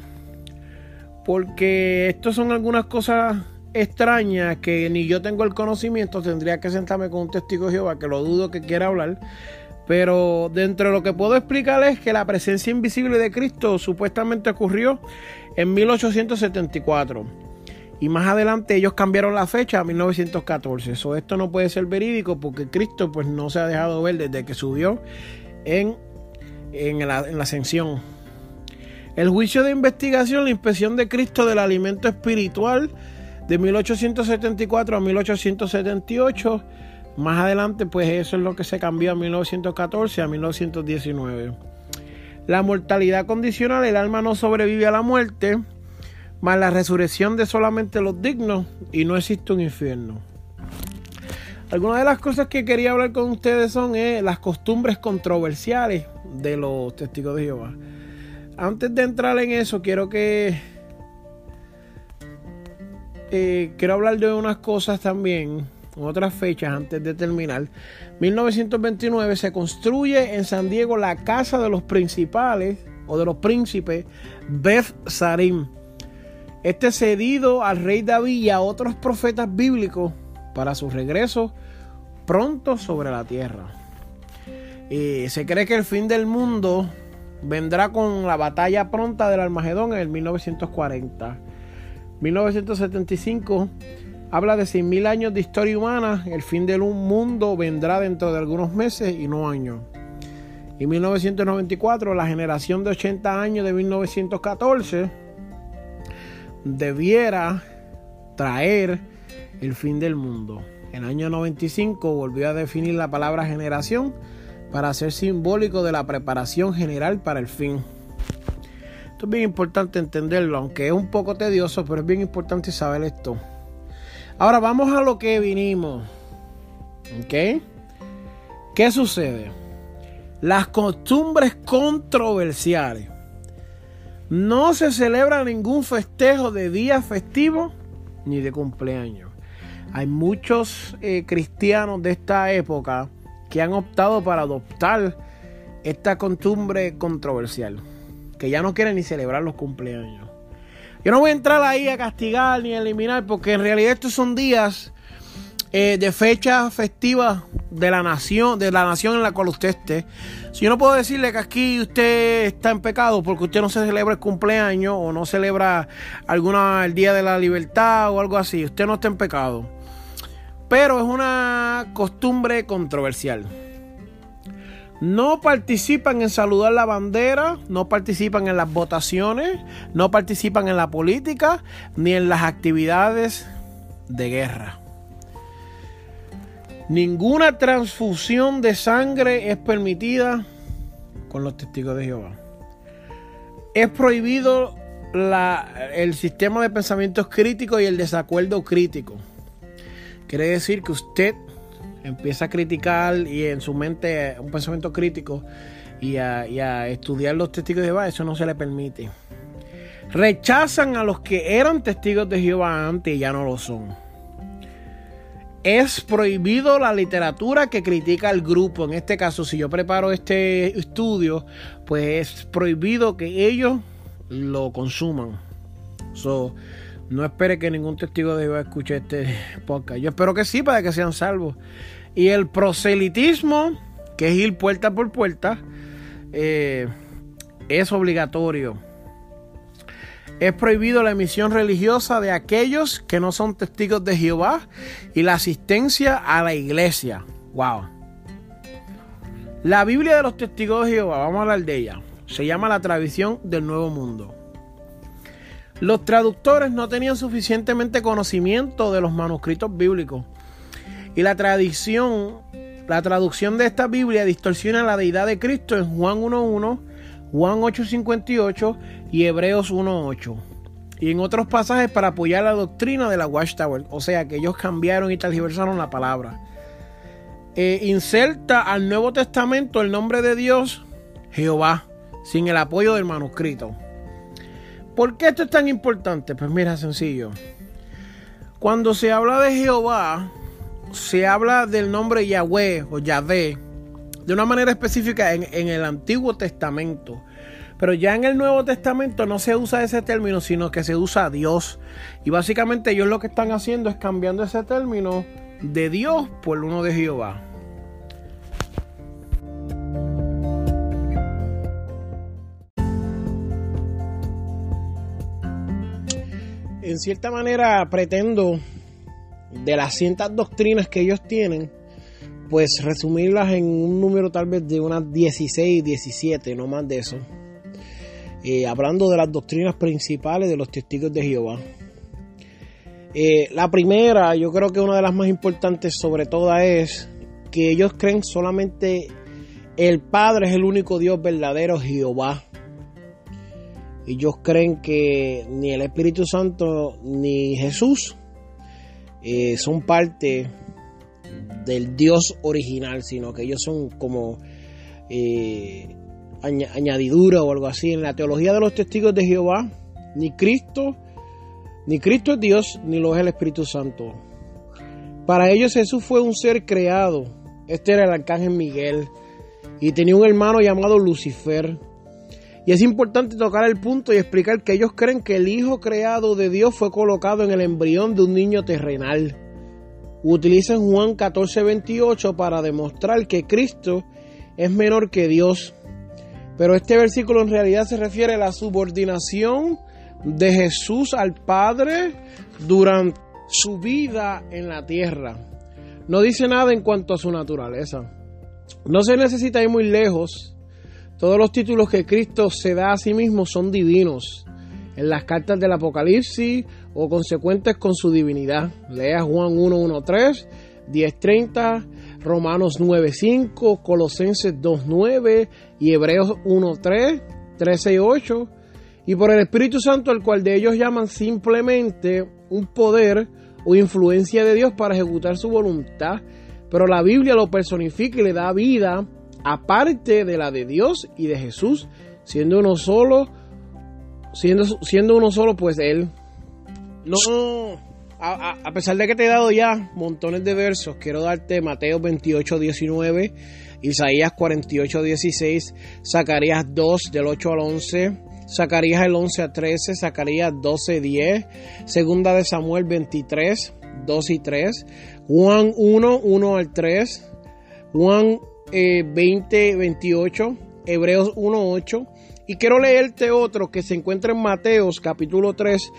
porque esto son algunas cosas extrañas que ni yo tengo el conocimiento. Tendría que sentarme con un testigo de Jehová, que lo dudo que quiera hablar. Pero dentro de lo que puedo explicar es que la presencia invisible de Cristo supuestamente ocurrió en mil ochocientos setenta y cuatro. Y más adelante ellos cambiaron la fecha a mil novecientos catorce. So, esto no puede ser verídico porque Cristo pues no se ha dejado ver desde que subió en En la, en la ascensión. El juicio de investigación, la inspección de Cristo del alimento espiritual de mil ochocientos setenta y cuatro a mil ochocientos setenta y ocho, Más adelante, pues eso es lo que se cambió a mil novecientos catorce a mil novecientos diecinueve. La mortalidad condicional, el alma no sobrevive a la muerte, más la resurrección de solamente los dignos, y no existe un infierno. Algunas de las cosas que quería hablar con ustedes son eh, las costumbres controversiales de los testigos de Jehová. Antes de entrar en eso, quiero que eh, quiero hablar de unas cosas también, otras fechas antes de terminar. mil novecientos veintinueve se construye en San Diego la casa de los principales o de los príncipes Beth Sarim. Este cedido al rey David y a otros profetas bíblicos para su regreso pronto sobre la tierra. Eh, se cree que el fin del mundo vendrá con la batalla pronta del Armagedón en el mil novecientos cuarenta. mil novecientos setenta y cinco habla de seis mil años de historia humana. El fin del mundo vendrá dentro de algunos meses y no años. Y mil novecientos noventa y cuatro, la generación de ochenta años de mil novecientos catorce debiera traer el fin del mundo. En el año noventa y cinco volvió a definir la palabra generación para ser simbólico de la preparación general para el fin. Esto es bien importante entenderlo, aunque es un poco tedioso, pero es bien importante saber esto. Ahora vamos a lo que vinimos. ¿Ok? ¿Qué sucede? Las costumbres controversiales. No se celebra ningún festejo de día festivo ni de cumpleaños. Hay muchos eh, cristianos de esta época que han optado para adoptar esta costumbre controversial, que ya no quieren ni celebrar los cumpleaños. Yo no voy a entrar ahí a castigar ni a eliminar, porque en realidad estos son días eh, de fechas festivas de la nación, de la nación en la cual usted esté. Si yo no puedo decirle que aquí usted está en pecado porque usted no se celebra el cumpleaños o no celebra alguna el día de la libertad o algo así, usted no está en pecado. Pero es una costumbre controversial. No participan en saludar la bandera, no participan en las votaciones, no participan en la política, ni en las actividades de guerra. Ninguna transfusión de sangre es permitida con los testigos de Jehová. Es prohibido la, el sistema de pensamientos críticos y el desacuerdo crítico. Quiere decir que usted empieza a criticar y en su mente un pensamiento crítico y a, y a estudiar los testigos de Jehová, eso no se le permite. Rechazan a los que eran testigos de Jehová antes y ya no lo son. Es prohibido la literatura que critica al grupo. En este caso, si yo preparo este estudio, pues es prohibido que ellos lo consuman. So, no espere que ningún testigo de Jehová escuche este podcast. Yo espero que sí, para que sean salvos. Y el proselitismo, que es ir puerta por puerta, eh, es obligatorio. Es prohibido la emisión religiosa de aquellos que no son testigos de Jehová y la asistencia a la iglesia. Wow. La Biblia de los testigos de Jehová, vamos a hablar de ella. Se llama la tradición del Nuevo Mundo. Los traductores no tenían suficientemente conocimiento de los manuscritos bíblicos. Y la tradición, la traducción de esta Biblia distorsiona la deidad de Cristo en Juan uno uno, Juan ocho cincuenta y ocho y Hebreos uno ocho. Y en otros pasajes para apoyar la doctrina de la Watchtower. O sea que ellos cambiaron y tergiversaron la palabra. Eh, inserta al Nuevo Testamento el nombre de Dios, Jehová, sin el apoyo del manuscrito. ¿Por qué esto es tan importante? Pues mira, sencillo. Cuando se habla de Jehová, se habla del nombre Yahweh o Yahvé de una manera específica en, en el Antiguo Testamento. Pero ya en el Nuevo Testamento no se usa ese término, sino que se usa Dios. Y básicamente ellos lo que están haciendo es cambiando ese término de Dios por uno de Jehová. En cierta manera pretendo, de las cientas doctrinas que ellos tienen, pues resumirlas en un número tal vez de unas dieciséis, diecisiete, no más de eso. Eh, hablando de las doctrinas principales de los testigos de Jehová. Eh, la primera, yo creo que una de las más importantes sobre todas es que ellos creen solamente el Padre es el único Dios verdadero, Jehová. Ellos creen que ni el Espíritu Santo ni Jesús eh, son parte del Dios original, sino que ellos son como eh, añ- añadidura o algo así. En la teología de los testigos de Jehová, ni Cristo, ni Cristo es Dios, ni lo es el Espíritu Santo. Para ellos Jesús fue un ser creado. Este era el arcángel Miguel y tenía un hermano llamado Lucifer. Y es importante tocar el punto y explicar que ellos creen que el Hijo creado de Dios fue colocado en el embrión de un niño terrenal. Utilizan Juan catorce veintiocho para demostrar que Cristo es menor que Dios. Pero este versículo en realidad se refiere a la subordinación de Jesús al Padre durante su vida en la tierra. No dice nada en cuanto a su naturaleza. No se necesita ir muy lejos. Todos los títulos que Cristo se da a sí mismo son divinos. En las cartas del Apocalipsis o consecuentes con su divinidad. Lea Juan uno uno tres, diez treinta, Romanos nueve cinco, Colosenses dos nueve y Hebreos uno tres, trece ocho. Y por el Espíritu Santo, el cual de ellos llaman simplemente un poder o influencia de Dios para ejecutar su voluntad. Pero la Biblia lo personifica y le da vida aparte de la de Dios y de Jesús, siendo uno solo, siendo, siendo uno solo, pues Él. No, a, a, a pesar de que te he dado ya montones de versos, quiero darte Mateo veintiocho diecinueve, Isaías cuarenta y ocho dieciséis, Zacarías dos del ocho al once, Zacarías el once al trece, Zacarías doce diez, Segunda de Samuel veintitrés, dos y tres, Juan uno, uno al tres, Juan eh, veinte veintiocho, Hebreos uno ocho. Y quiero leerte otro que se encuentra en Mateos capítulo tres,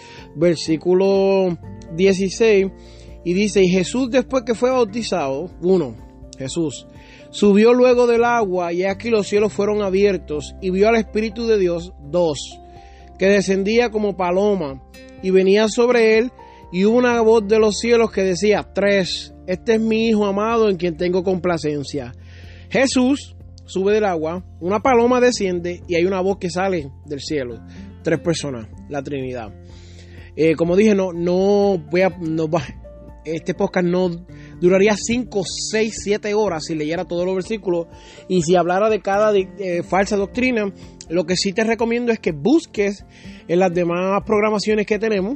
versículo dieciséis, y dice: y Jesús, después que fue bautizado, uno, Jesús subió luego del agua, y aquí los cielos fueron abiertos, y vio al Espíritu de Dios, dos, que descendía como paloma, y venía sobre él, y hubo una voz de los cielos que decía, tres, este es mi Hijo amado en quien tengo complacencia. Jesús sube del agua, una paloma desciende y hay una voz que sale del cielo. Tres personas, la Trinidad. Eh, como dije, no, no voy a, no va, este podcast no duraría cinco, seis, siete horas si leyera todos los versículos y si hablara de cada eh, falsa doctrina. Lo que sí te recomiendo es que busques en las demás programaciones que tenemos,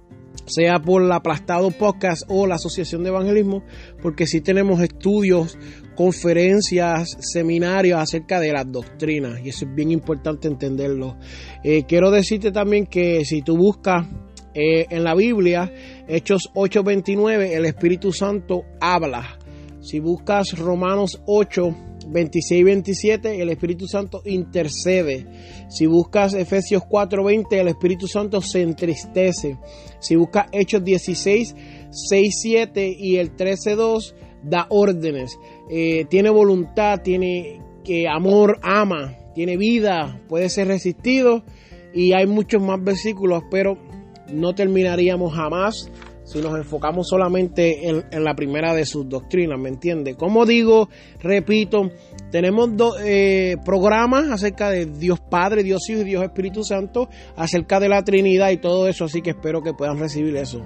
sea por la Aplastado Podcast o la Asociación de Evangelismo, porque sí tenemos estudios, conferencias, seminarios acerca de las doctrinas, y eso es bien importante entenderlo. Eh, quiero decirte también que si tú buscas eh, en la Biblia Hechos ocho veintinueve, el Espíritu Santo habla. Si buscas Romanos ocho veintiséis y veintisiete, el Espíritu Santo intercede. Si buscas Efesios cuatro veinte, el Espíritu Santo se entristece. Si buscas Hechos dieciséis, seis, siete y el trece dos, da órdenes. Eh, tiene voluntad, tiene eh, amor, ama, tiene vida, puede ser resistido, y hay muchos más versículos, pero no terminaríamos jamás si nos enfocamos solamente en, en la primera de sus doctrinas, ¿me entiende? Como digo, repito, tenemos dos eh, programas acerca de Dios Padre, Dios Hijo y Dios Espíritu Santo, acerca de la Trinidad y todo eso, así que espero que puedan recibir eso.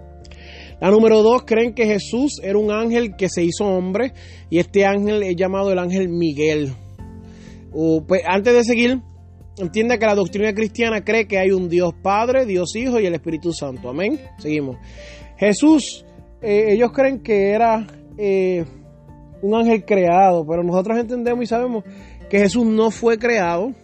La número dos, creen que Jesús era un ángel que se hizo hombre, y este ángel es llamado el ángel Miguel. Uh, pues, antes de seguir, entienda que la doctrina cristiana cree que hay un Dios Padre, Dios Hijo y el Espíritu Santo. Amén. Seguimos. Jesús, eh, ellos creen que era eh, un ángel creado, pero nosotros entendemos y sabemos que Jesús no fue creado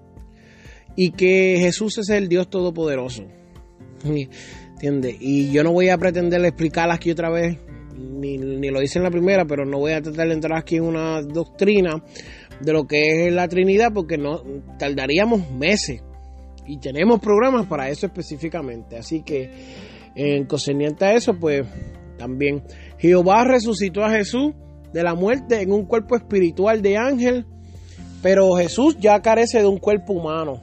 y que Jesús es el Dios Todopoderoso. ¿Entiendes? Y yo no voy a pretender explicarla aquí otra vez, ni, ni lo hice en la primera, pero no voy a tratar de entrar aquí en una doctrina de lo que es la Trinidad, porque no tardaríamos meses y tenemos programas para eso específicamente. Así que en concerniente a eso, pues también Jehová resucitó a Jesús de la muerte en un cuerpo espiritual de ángel, pero Jesús ya carece de un cuerpo humano.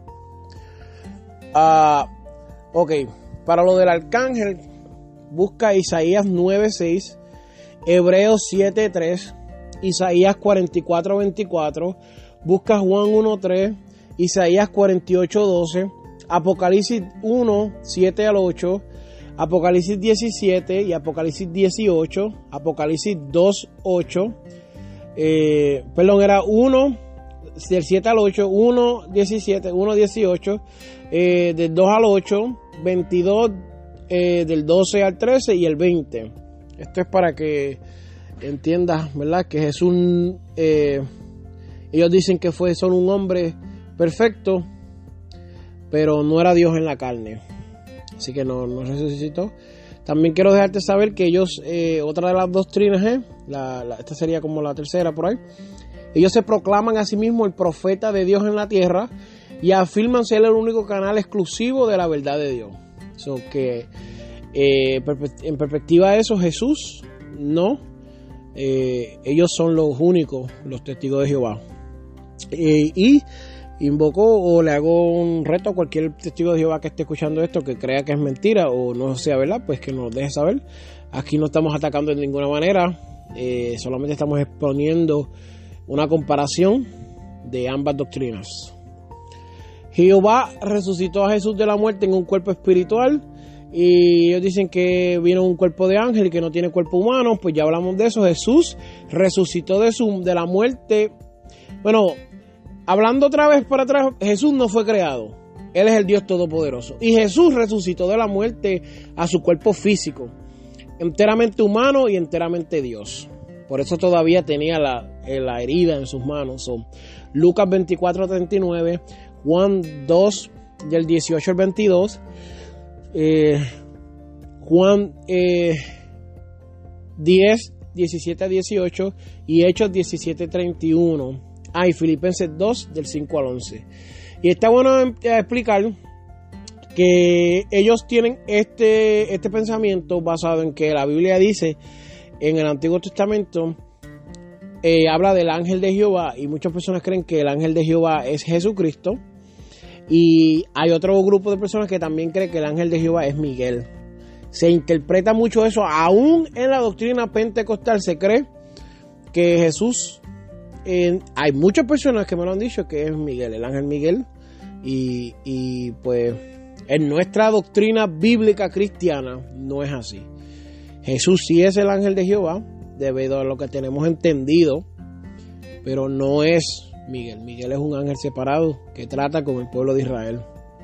Ah, ok, para lo del arcángel, busca Isaías nueve seis Hebreos siete tres, Isaías cuarenta y cuatro veinticuatro, busca Juan uno tres, Isaías cuarenta y ocho doce, Apocalipsis uno siete al ocho, Apocalipsis diecisiete y Apocalipsis dieciocho, Apocalipsis dos ocho, eh, perdón, era uno del siete al ocho, uno diecisiete, uno dieciocho, eh, del dos al ocho, veintidós, eh, del doce al trece y el veinte. Esto es para que entiendas, ¿verdad? Que Jesús, eh, ellos dicen que fue solo un hombre perfecto, pero no era Dios en la carne, así que no, no resucitó. También quiero dejarte saber que ellos, eh, otra de las doctrinas es, la, la, esta sería como la tercera por ahí, ellos se proclaman a sí mismos el profeta de Dios en la tierra y afirman ser el único canal exclusivo de la verdad de Dios. So que eh, en perspectiva de eso, Jesús no, eh, ellos son los únicos, los testigos de Jehová. Eh, y invoco o le hago un reto a cualquier testigo de Jehová que esté escuchando esto, que crea que es mentira o no sea verdad, pues que nos deje saber. Aquí no estamos atacando de ninguna manera, eh, solamente estamos exponiendo una comparación de ambas doctrinas. Jehová resucitó a Jesús de la muerte en un cuerpo espiritual, y ellos dicen que vino en un cuerpo de ángel y que no tiene cuerpo humano. Pues ya hablamos de eso. Jesús resucitó de, su, de la muerte. Bueno, hablando otra vez para atrás, Jesús no fue creado, Él es el Dios Todopoderoso, y Jesús resucitó de la muerte a su cuerpo físico, enteramente humano y enteramente Dios. Por eso todavía tenía la, la herida en sus manos. Son Lucas veinticuatro treinta y nueve, Juan dos del dieciocho al veintidós, eh, Juan eh, diez diecisiete a dieciocho y Hechos diecisiete treinta y uno. Ah, y Filipenses dos del cinco al once. Y está bueno explicar que ellos tienen este, este pensamiento basado en que la Biblia dice en el Antiguo Testamento, eh, habla del ángel de Jehová, y muchas personas creen que el ángel de Jehová es Jesucristo, y hay otro grupo de personas que también creen que el ángel de Jehová es Miguel. Se interpreta mucho eso, aún en la doctrina pentecostal se cree que Jesús, eh, hay muchas personas que me lo han dicho que es Miguel, el ángel Miguel, y, y pues en nuestra doctrina bíblica cristiana no es así. Jesús sí es el ángel de Jehová, debido a lo que tenemos entendido, pero no es Miguel. Miguel es un ángel separado que trata con el pueblo de Israel.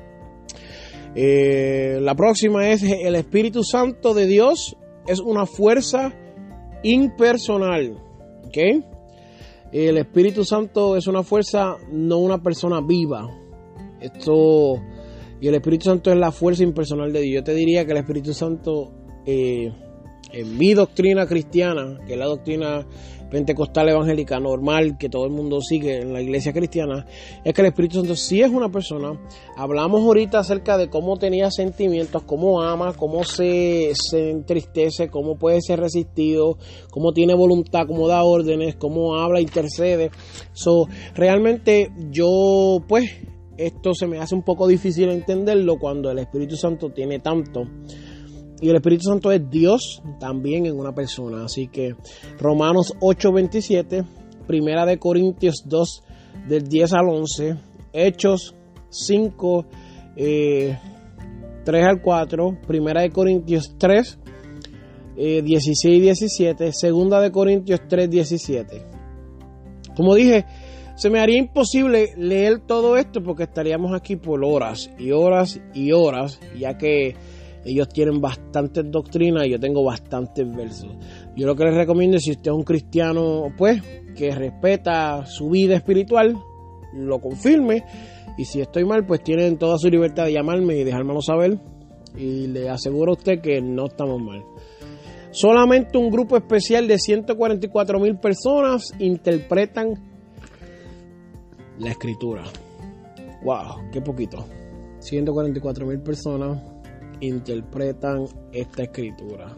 Eh, la próxima es el Espíritu Santo de Dios, es una fuerza impersonal. ¿Okay? El Espíritu Santo es una fuerza, no una persona viva. Esto, y el Espíritu Santo es la fuerza impersonal de Dios. Yo te diría que el Espíritu Santo, eh, en mi doctrina cristiana, que es la doctrina pentecostal evangélica normal que todo el mundo sigue en la iglesia cristiana, es que el Espíritu Santo sí es una persona. Hablamos ahorita acerca de cómo tenía sentimientos, cómo ama, cómo se, se entristece, cómo puede ser resistido, cómo tiene voluntad, cómo da órdenes, cómo habla, intercede. So, realmente yo, pues, esto se me hace un poco difícil entenderlo cuando el Espíritu Santo tiene tanto. Y el Espíritu Santo es Dios también en una persona. Así que Romanos ocho veintisiete, Primera de Corintios dos del diez al once, Hechos cinco, eh, tres al cuatro, Primera de Corintios tres, eh, dieciséis y diecisiete, Segunda de Corintios tres, diecisiete. Como dije, se me haría imposible leer todo esto porque estaríamos aquí por horas y horas y horas, ya que ellos tienen bastantes doctrinas y yo tengo bastantes versos. Yo lo que les recomiendo es, si usted es un cristiano, pues, que respeta su vida espiritual, lo confirme. Y si estoy mal, pues tienen toda su libertad de llamarme y dejármelo saber. Y le aseguro a usted que no estamos mal. Solamente un grupo especial de ciento cuarenta y cuatro mil personas interpretan la escritura. Wow, qué poquito. ciento cuarenta y cuatro mil personas interpretan esta escritura.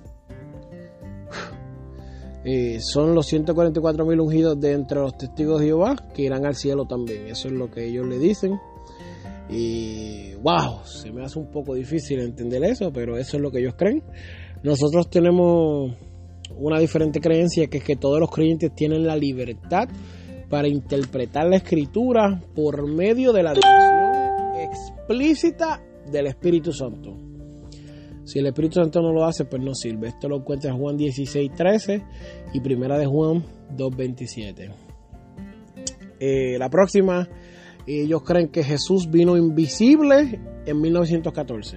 Eh, son los ciento cuarenta y cuatro mil ungidos de entre los testigos de Jehová que irán al cielo también. Eso es lo que ellos le dicen. Y wow, se me hace un poco difícil entender eso, pero eso es lo que ellos creen. Nosotros tenemos una diferente creencia, que es que todos los creyentes tienen la libertad para interpretar la Escritura por medio de la dirección explícita del Espíritu Santo. Si el Espíritu Santo no lo hace, pues no sirve. Esto lo encuentra en Juan dieciséis trece y Primera de Juan dos veintisiete. Eh, la próxima, ellos creen que Jesús vino invisible en mil novecientos catorce.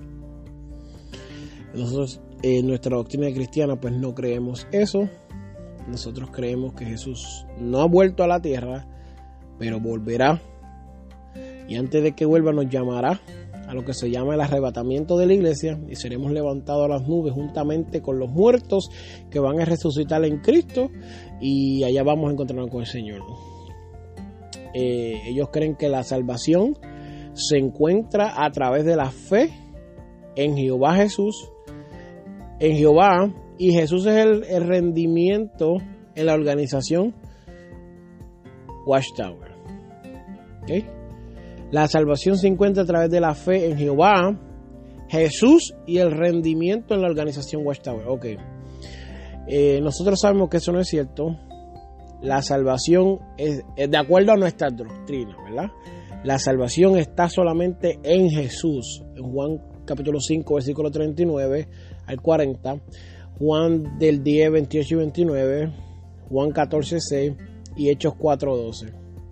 Nosotros, en eh, nuestra doctrina cristiana, pues no creemos eso. Nosotros creemos que Jesús no ha vuelto a la tierra, pero volverá. Y antes de que vuelva nos llamará a lo que se llama el arrebatamiento de la iglesia, y seremos levantados a las nubes juntamente con los muertos que van a resucitar en Cristo, y allá vamos a encontrarnos con el Señor. Eh, ellos creen que la salvación se encuentra a través de la fe en Jehová Jesús, en Jehová, y Jesús es el, el rendimiento en la organización Watchtower. ¿Okay? La salvación se encuentra a través de la fe en Jehová, Jesús y el rendimiento en la organización Watchtower. Okay. Eh, nosotros sabemos que eso no es cierto. La salvación es, es de acuerdo a nuestra doctrina, ¿verdad? La salvación está solamente en Jesús. En Juan capítulo cinco, versículo treinta y nueve al cuarenta. Juan del diez, veintiocho y veintinueve. Juan catorce, seis y Hechos cuatro, doce.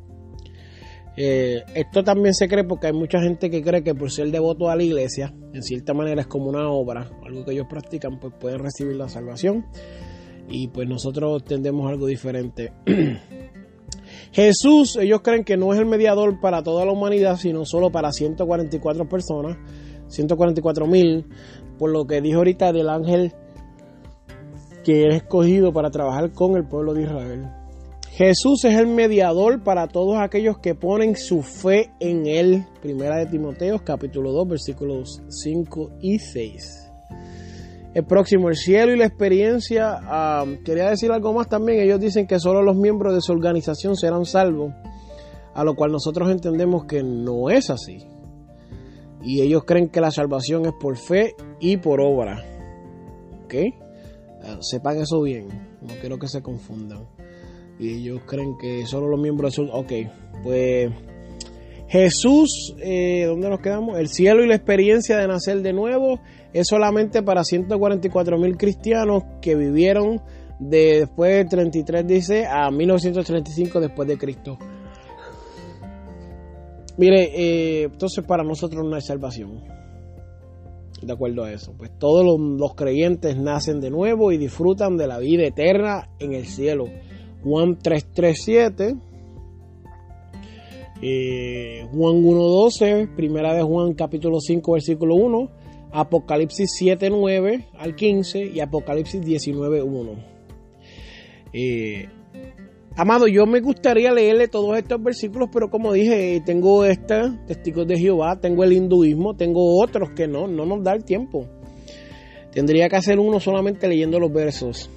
Eh, esto también se cree porque hay mucha gente que cree que por ser devoto a la iglesia, en cierta manera es como una obra, algo que ellos practican, pues pueden recibir la salvación. Y pues nosotros entendemos algo diferente. Jesús, ellos creen que no es el mediador para toda la humanidad, sino solo para ciento cuarenta y cuatro personas, ciento cuarenta y cuatro mil, por lo que dijo ahorita del ángel que es escogido para trabajar con el pueblo de Israel. Jesús es el mediador para todos aquellos que ponen su fe en él. Primera de Timoteo, capítulo dos, versículos cinco y seis. El próximo, el cielo y la experiencia. Uh, quería decir algo más también. Ellos dicen que solo los miembros de su organización serán salvos, a lo cual nosotros entendemos que no es así. Y ellos creen que la salvación es por fe y por obra. ¿Ok? Uh, sepan eso bien. No quiero que se confundan. Y ellos creen que solo los miembros de su... Ok, pues Jesús, eh, ¿dónde nos quedamos? El cielo y la experiencia de nacer de nuevo es solamente para ciento cuarenta y cuatro mil cristianos que vivieron de después del treinta y tres, dice, a mil novecientos treinta y cinco después de Cristo. Mire, eh, entonces para nosotros no hay salvación. De acuerdo a eso, pues todos los, los creyentes nacen de nuevo y disfrutan de la vida eterna en el cielo. Juan tres, tres, siete, eh, Juan uno, doce, Primera de Juan capítulo cinco, versículo uno, Apocalipsis siete, nueve al quince y Apocalipsis diecinueve, uno. Eh, amado, yo me gustaría leerle todos estos versículos, pero como dije, tengo este, Testigos de Jehová, tengo el hinduismo, tengo otros que no, no nos da el tiempo. Tendría que hacer uno solamente leyendo los versos.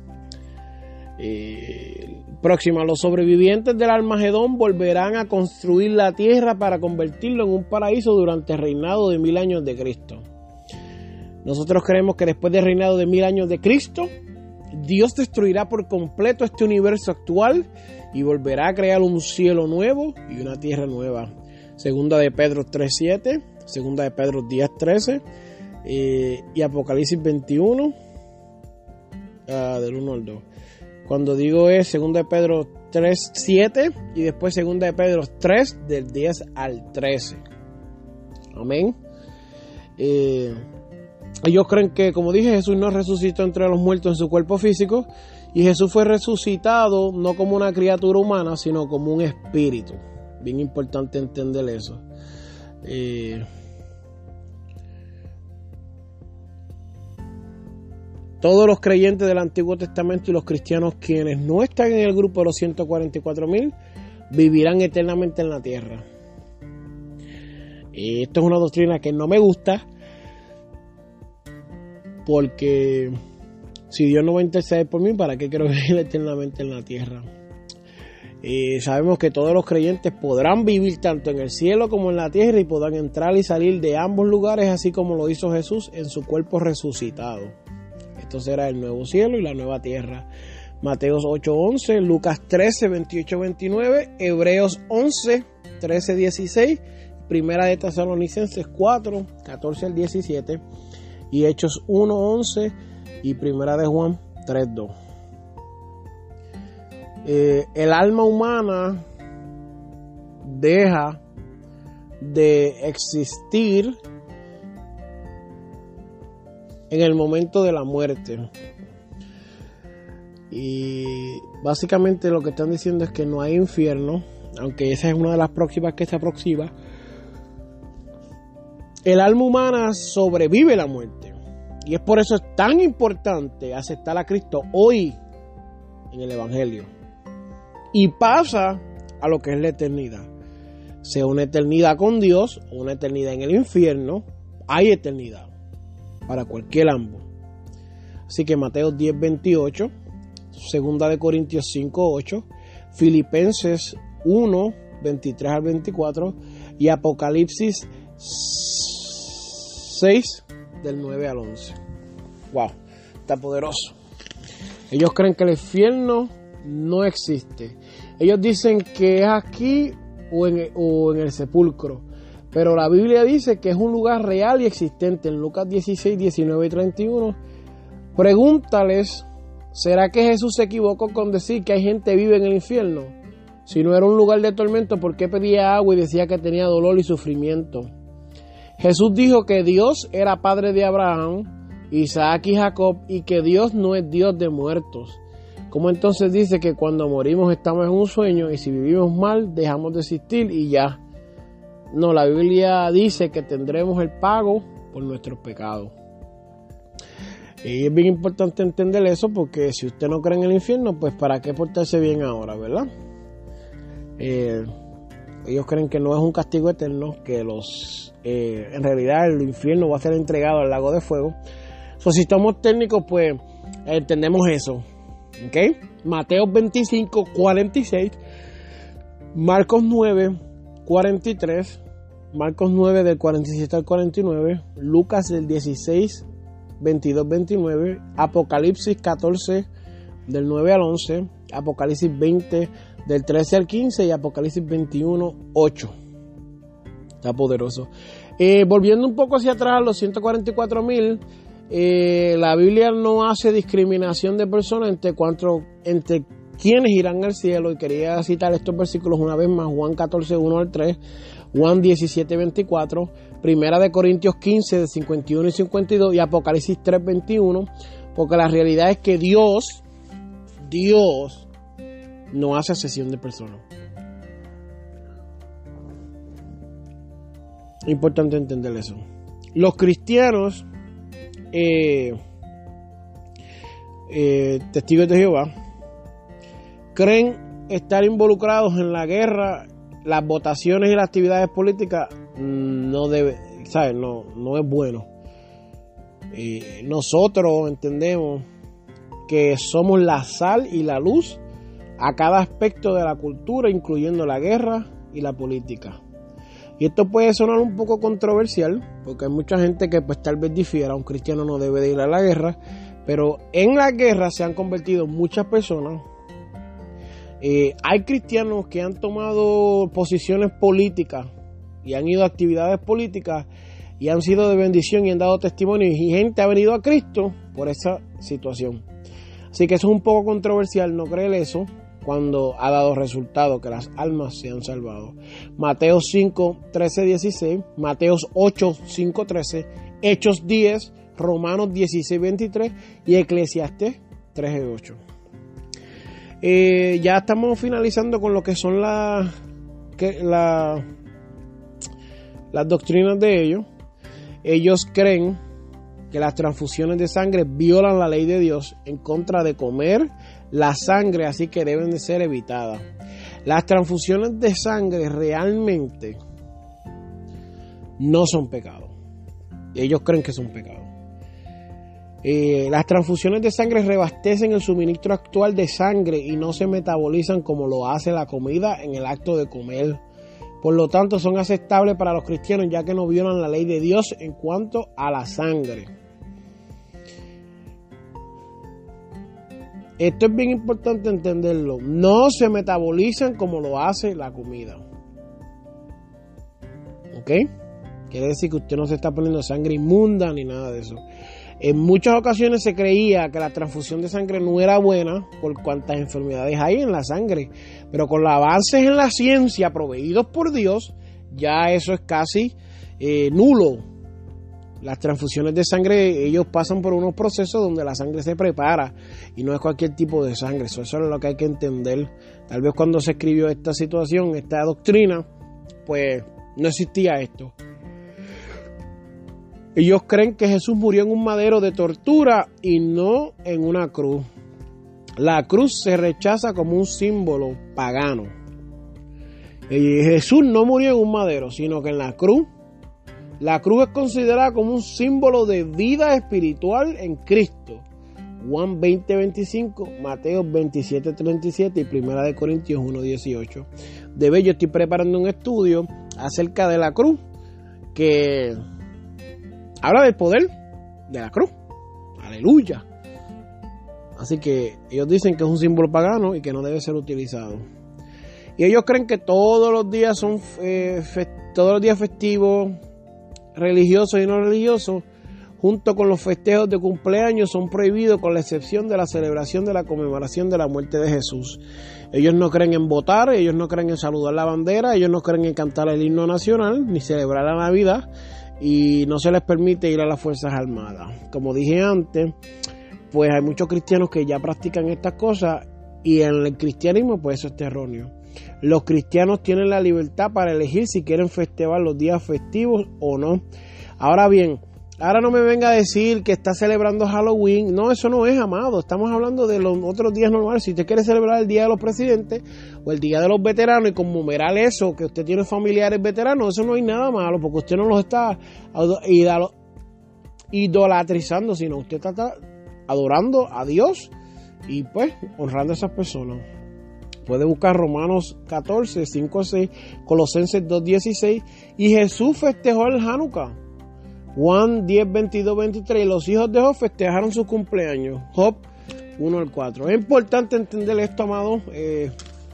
Eh, próxima, los sobrevivientes del Armagedón volverán a construir la tierra para convertirlo en un paraíso durante el reinado de mil años de Cristo. Nosotros creemos que después del reinado de mil años de Cristo, Dios destruirá por completo este universo actual y volverá a crear un cielo nuevo y una tierra nueva. Segunda de Pedro tres, siete, segunda de Pedro diez, trece eh, y Apocalipsis veintiuno, uh, del uno al dos. Cuando digo es segunda de Pedro tres, siete y después segunda de Pedro tres, del diez al trece. Amén. Eh, ellos creen que, como dije, Jesús no resucitó entre los muertos en su cuerpo físico, y Jesús fue resucitado no como una criatura humana, sino como un espíritu. Bien importante entender eso. Eh, Todos los creyentes del Antiguo Testamento y los cristianos quienes no están en el grupo de los ciento cuarenta y cuatro mil vivirán eternamente en la tierra. Y esto es una doctrina que no me gusta, porque si Dios no va a interceder por mí, ¿para qué quiero vivir eternamente en la tierra? Y sabemos que todos los creyentes podrán vivir tanto en el cielo como en la tierra y podrán entrar y salir de ambos lugares, así como lo hizo Jesús en su cuerpo resucitado. esto será el nuevo cielo y la nueva tierra. Mateos ocho once, Lucas trece veintiocho veintinueve, Hebreos once trece dieciséis, Primera de Tesalonicenses cuatro catorce al diecisiete y Hechos uno once y Primera de Juan tres dos. Eh, el alma humana deja de existir en el momento de la muerte. Y básicamente lo que están diciendo es que no hay infierno, aunque esa es una de las próximas que se aproxima. El alma humana sobrevive la muerte. Y es por eso es tan importante aceptar a Cristo hoy en el Evangelio. Y pasa a lo que es la eternidad. Sea una eternidad con Dios o una eternidad en el infierno, hay eternidad para cualquier ambos. Así que Mateo diez veintiocho, Segunda de Corintios cinco ocho, Filipenses uno veintitrés al veinticuatro y Apocalipsis seis del nueve al once. Wow, está poderoso. Ellos creen que el infierno no existe. Ellos dicen que es aquí o en, o en el sepulcro, pero la Biblia dice que es un lugar real y existente. En Lucas dieciséis, diecinueve y treinta y uno, pregúntales, ¿será que Jesús se equivocó con decir que hay gente viva en el infierno? Si no era un lugar de tormento, ¿por qué pedía agua y decía que tenía dolor y sufrimiento? Jesús dijo que Dios era padre de Abraham, Isaac y Jacob, y que Dios no es Dios de muertos. ¿Cómo entonces dice que cuando morimos estamos en un sueño y si vivimos mal dejamos de existir y ya? No, la Biblia dice que tendremos el pago por nuestros pecados. Y es bien importante entender eso, porque si usted no cree en el infierno, pues ¿para qué portarse bien ahora, verdad? Eh, ellos creen que no es un castigo eterno, que los eh, en realidad el infierno va a ser entregado al lago de fuego. So, si estamos técnicos, pues entendemos eso. ¿Okay? Mateo veinticinco cuarenta y seis, Marcos nueve cuarenta y tres, Marcos nueve del cuarenta y siete al cuarenta y nueve, Lucas del dieciséis veintidós veintinueve, Apocalipsis catorce del nueve al once, Apocalipsis veinte del trece al quince y Apocalipsis veintiuno ocho. Está poderoso. Eh, volviendo un poco hacia atrás, los ciento cuarenta y cuatro mil, eh, la Biblia no hace discriminación de personas entre, cuatro, entre quienes irán al cielo. Y quería citar estos versículos una vez más: Juan catorce, uno al tres, Juan diecisiete, veinticuatro, Primera de Corintios quince, de cincuenta y uno y cincuenta y dos y Apocalipsis tres, veintiuno, porque la realidad es que Dios, Dios no hace acepción de personas. Importante entender eso. Los cristianos, eh, eh, testigos de Jehová, creen estar involucrados en la guerra, las votaciones y las actividades políticas. No debe, ¿sabes? No, no es bueno. Eh, nosotros entendemos que somos la sal y la luz a cada aspecto de la cultura, incluyendo la guerra y la política. Y esto puede sonar un poco controversial, porque hay mucha gente que pues tal vez difiera: un cristiano no debe de ir a la guerra, pero en la guerra se han convertido muchas personas. Eh, hay cristianos que han tomado posiciones políticas y han ido a actividades políticas y han sido de bendición y han dado testimonio, y gente ha venido a Cristo por esa situación. Así que eso es un poco controversial no creer eso cuando ha dado resultado que las almas se han salvado. Mateo cinco, trece, dieciséis, Mateos ocho, cinco, trece, Hechos diez, Romanos dieciséis, veintitrés y Eclesiastés tres, ocho. Eh, ya estamos finalizando con lo que son las que, la, las doctrinas de ellos. Ellos creen que las transfusiones de sangre violan la ley de Dios en contra de comer la sangre, así que deben de ser evitadas. Las transfusiones de sangre realmente no son pecados. Ellos creen que son pecados. Eh, las transfusiones de sangre reabastecen el suministro actual de sangre y no se metabolizan como lo hace la comida en el acto de comer. Por lo tanto, son aceptables para los cristianos, ya que no violan la ley de Dios en cuanto a la sangre. Esto es bien importante entenderlo. No se metabolizan como lo hace la comida. ¿Ok? Quiere decir que usted no se está poniendo sangre inmunda ni nada de eso. En muchas ocasiones se creía que la transfusión de sangre no era buena por cuantas enfermedades hay en la sangre. Pero con los avances en la ciencia proveídos por Dios, ya eso es casi eh, nulo. Las transfusiones de sangre, ellos pasan por unos procesos donde la sangre se prepara y no es cualquier tipo de sangre. Eso, eso es lo que hay que entender. Tal vez cuando se escribió esta situación, esta doctrina, pues no existía esto. Ellos creen que Jesús murió en un madero de tortura y no en una cruz. La cruz se rechaza como un símbolo pagano. Y Jesús no murió en un madero, sino que en la cruz. La cruz es considerada como un símbolo de vida espiritual en Cristo. Juan veinte veinticinco, Mateo veintisiete treinta y siete y Primera de Corintios uno dieciocho. De hecho, yo estoy preparando un estudio acerca de la cruz que habla del poder de la cruz. Aleluya. Así que ellos dicen que es un símbolo pagano y que no debe ser utilizado. Y ellos creen que todos los días son eh, fe- todos los días festivos, religiosos y no religiosos, junto con los festejos de cumpleaños, son prohibidos con la excepción de la celebración de la conmemoración de la muerte de Jesús. Ellos no creen en votar, ellos no creen en saludar la bandera, ellos no creen en cantar el himno nacional, ni celebrar la Navidad, y no se les permite ir a las Fuerzas Armadas. Como dije antes, pues hay muchos cristianos que ya practican estas cosas, y en el cristianismo pues eso es erróneo. Los cristianos tienen la libertad para elegir si quieren festejar los días festivos o no. Ahora bien, ahora no me venga a decir que está celebrando Halloween. No, eso no es, amado. Estamos hablando de los otros días normales. Si usted quiere celebrar el Día de los Presidentes o el Día de los Veteranos y conmemorar eso, que usted tiene familiares veteranos, eso no hay nada malo, porque usted no los está idolatrizando, sino usted está adorando a Dios y pues honrando a esas personas. Puede buscar Romanos catorce, cinco a seis, Colosenses dos dieciséis, y Jesús festejó el Hanukkah. Juan diez, veintidós, veintitrés, y los hijos de Job festejaron su cumpleaños. Job uno al cuatro. Es importante entender esto, amado. Eh,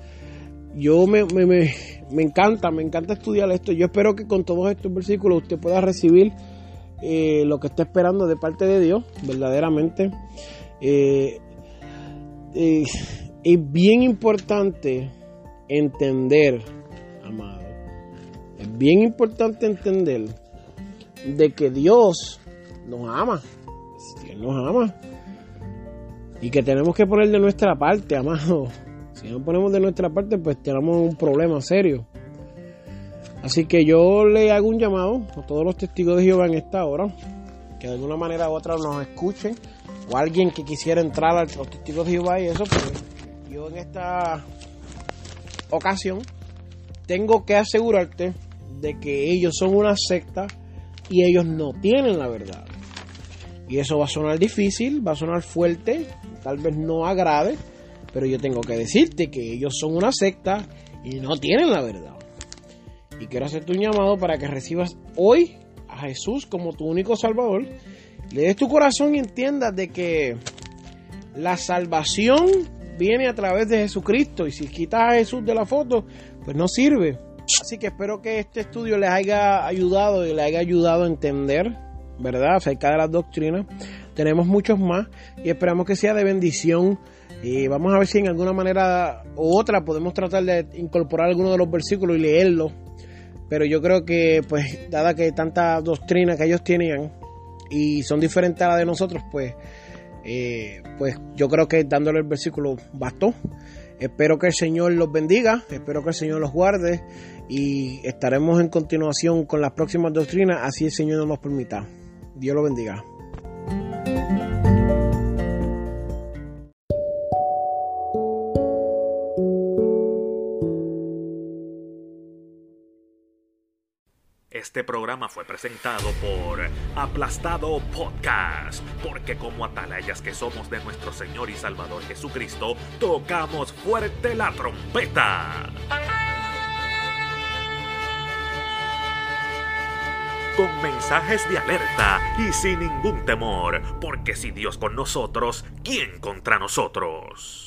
yo me, me, me, me encanta, me encanta estudiar esto. Yo espero que con todos estos versículos usted pueda recibir eh, lo que está esperando de parte de Dios, verdaderamente. Eh, eh, Es bien importante entender, amado, es bien importante entender de que Dios nos ama, Dios nos ama, y que tenemos que poner de nuestra parte, amado. Si no ponemos de nuestra parte, pues tenemos un problema serio. Así que yo le hago un llamado a todos los testigos de Jehová en esta hora, que de alguna manera u otra nos escuchen, o alguien que quisiera entrar a los testigos de Jehová y eso, pues yo en esta ocasión tengo que asegurarte de que ellos son una secta y ellos no tienen la verdad. Y eso va a sonar difícil, va a sonar fuerte, tal vez no agrade, pero yo tengo que decirte que ellos son una secta y no tienen la verdad. Y quiero hacerte un llamado para que recibas hoy a Jesús como tu único Salvador, le des tu corazón y entiendas de que la salvación viene a través de Jesucristo, y si quitas a Jesús de la foto, pues no sirve. Así que espero que este estudio les haya ayudado y les haya ayudado a entender, ¿verdad?, acerca de las doctrinas. Tenemos muchos más y esperamos que sea de bendición, y vamos a ver si en alguna manera u otra podemos tratar de incorporar alguno de los versículos y leerlos. Pero yo creo que, pues, dada que tanta doctrina que ellos tenían y son diferentes a la de nosotros, pues Eh, pues yo creo que dándole el versículo bastó. Espero que el Señor los bendiga, espero que el Señor los guarde, y estaremos en continuación con las próximas doctrinas, así el Señor nos permita. Dios los bendiga. Este programa fue presentado por Aplastado Podcast, porque como atalayas que somos de nuestro Señor y Salvador Jesucristo, tocamos fuerte la trompeta. con mensajes de alerta y sin ningún temor, porque si Dios con nosotros, ¿quién contra nosotros?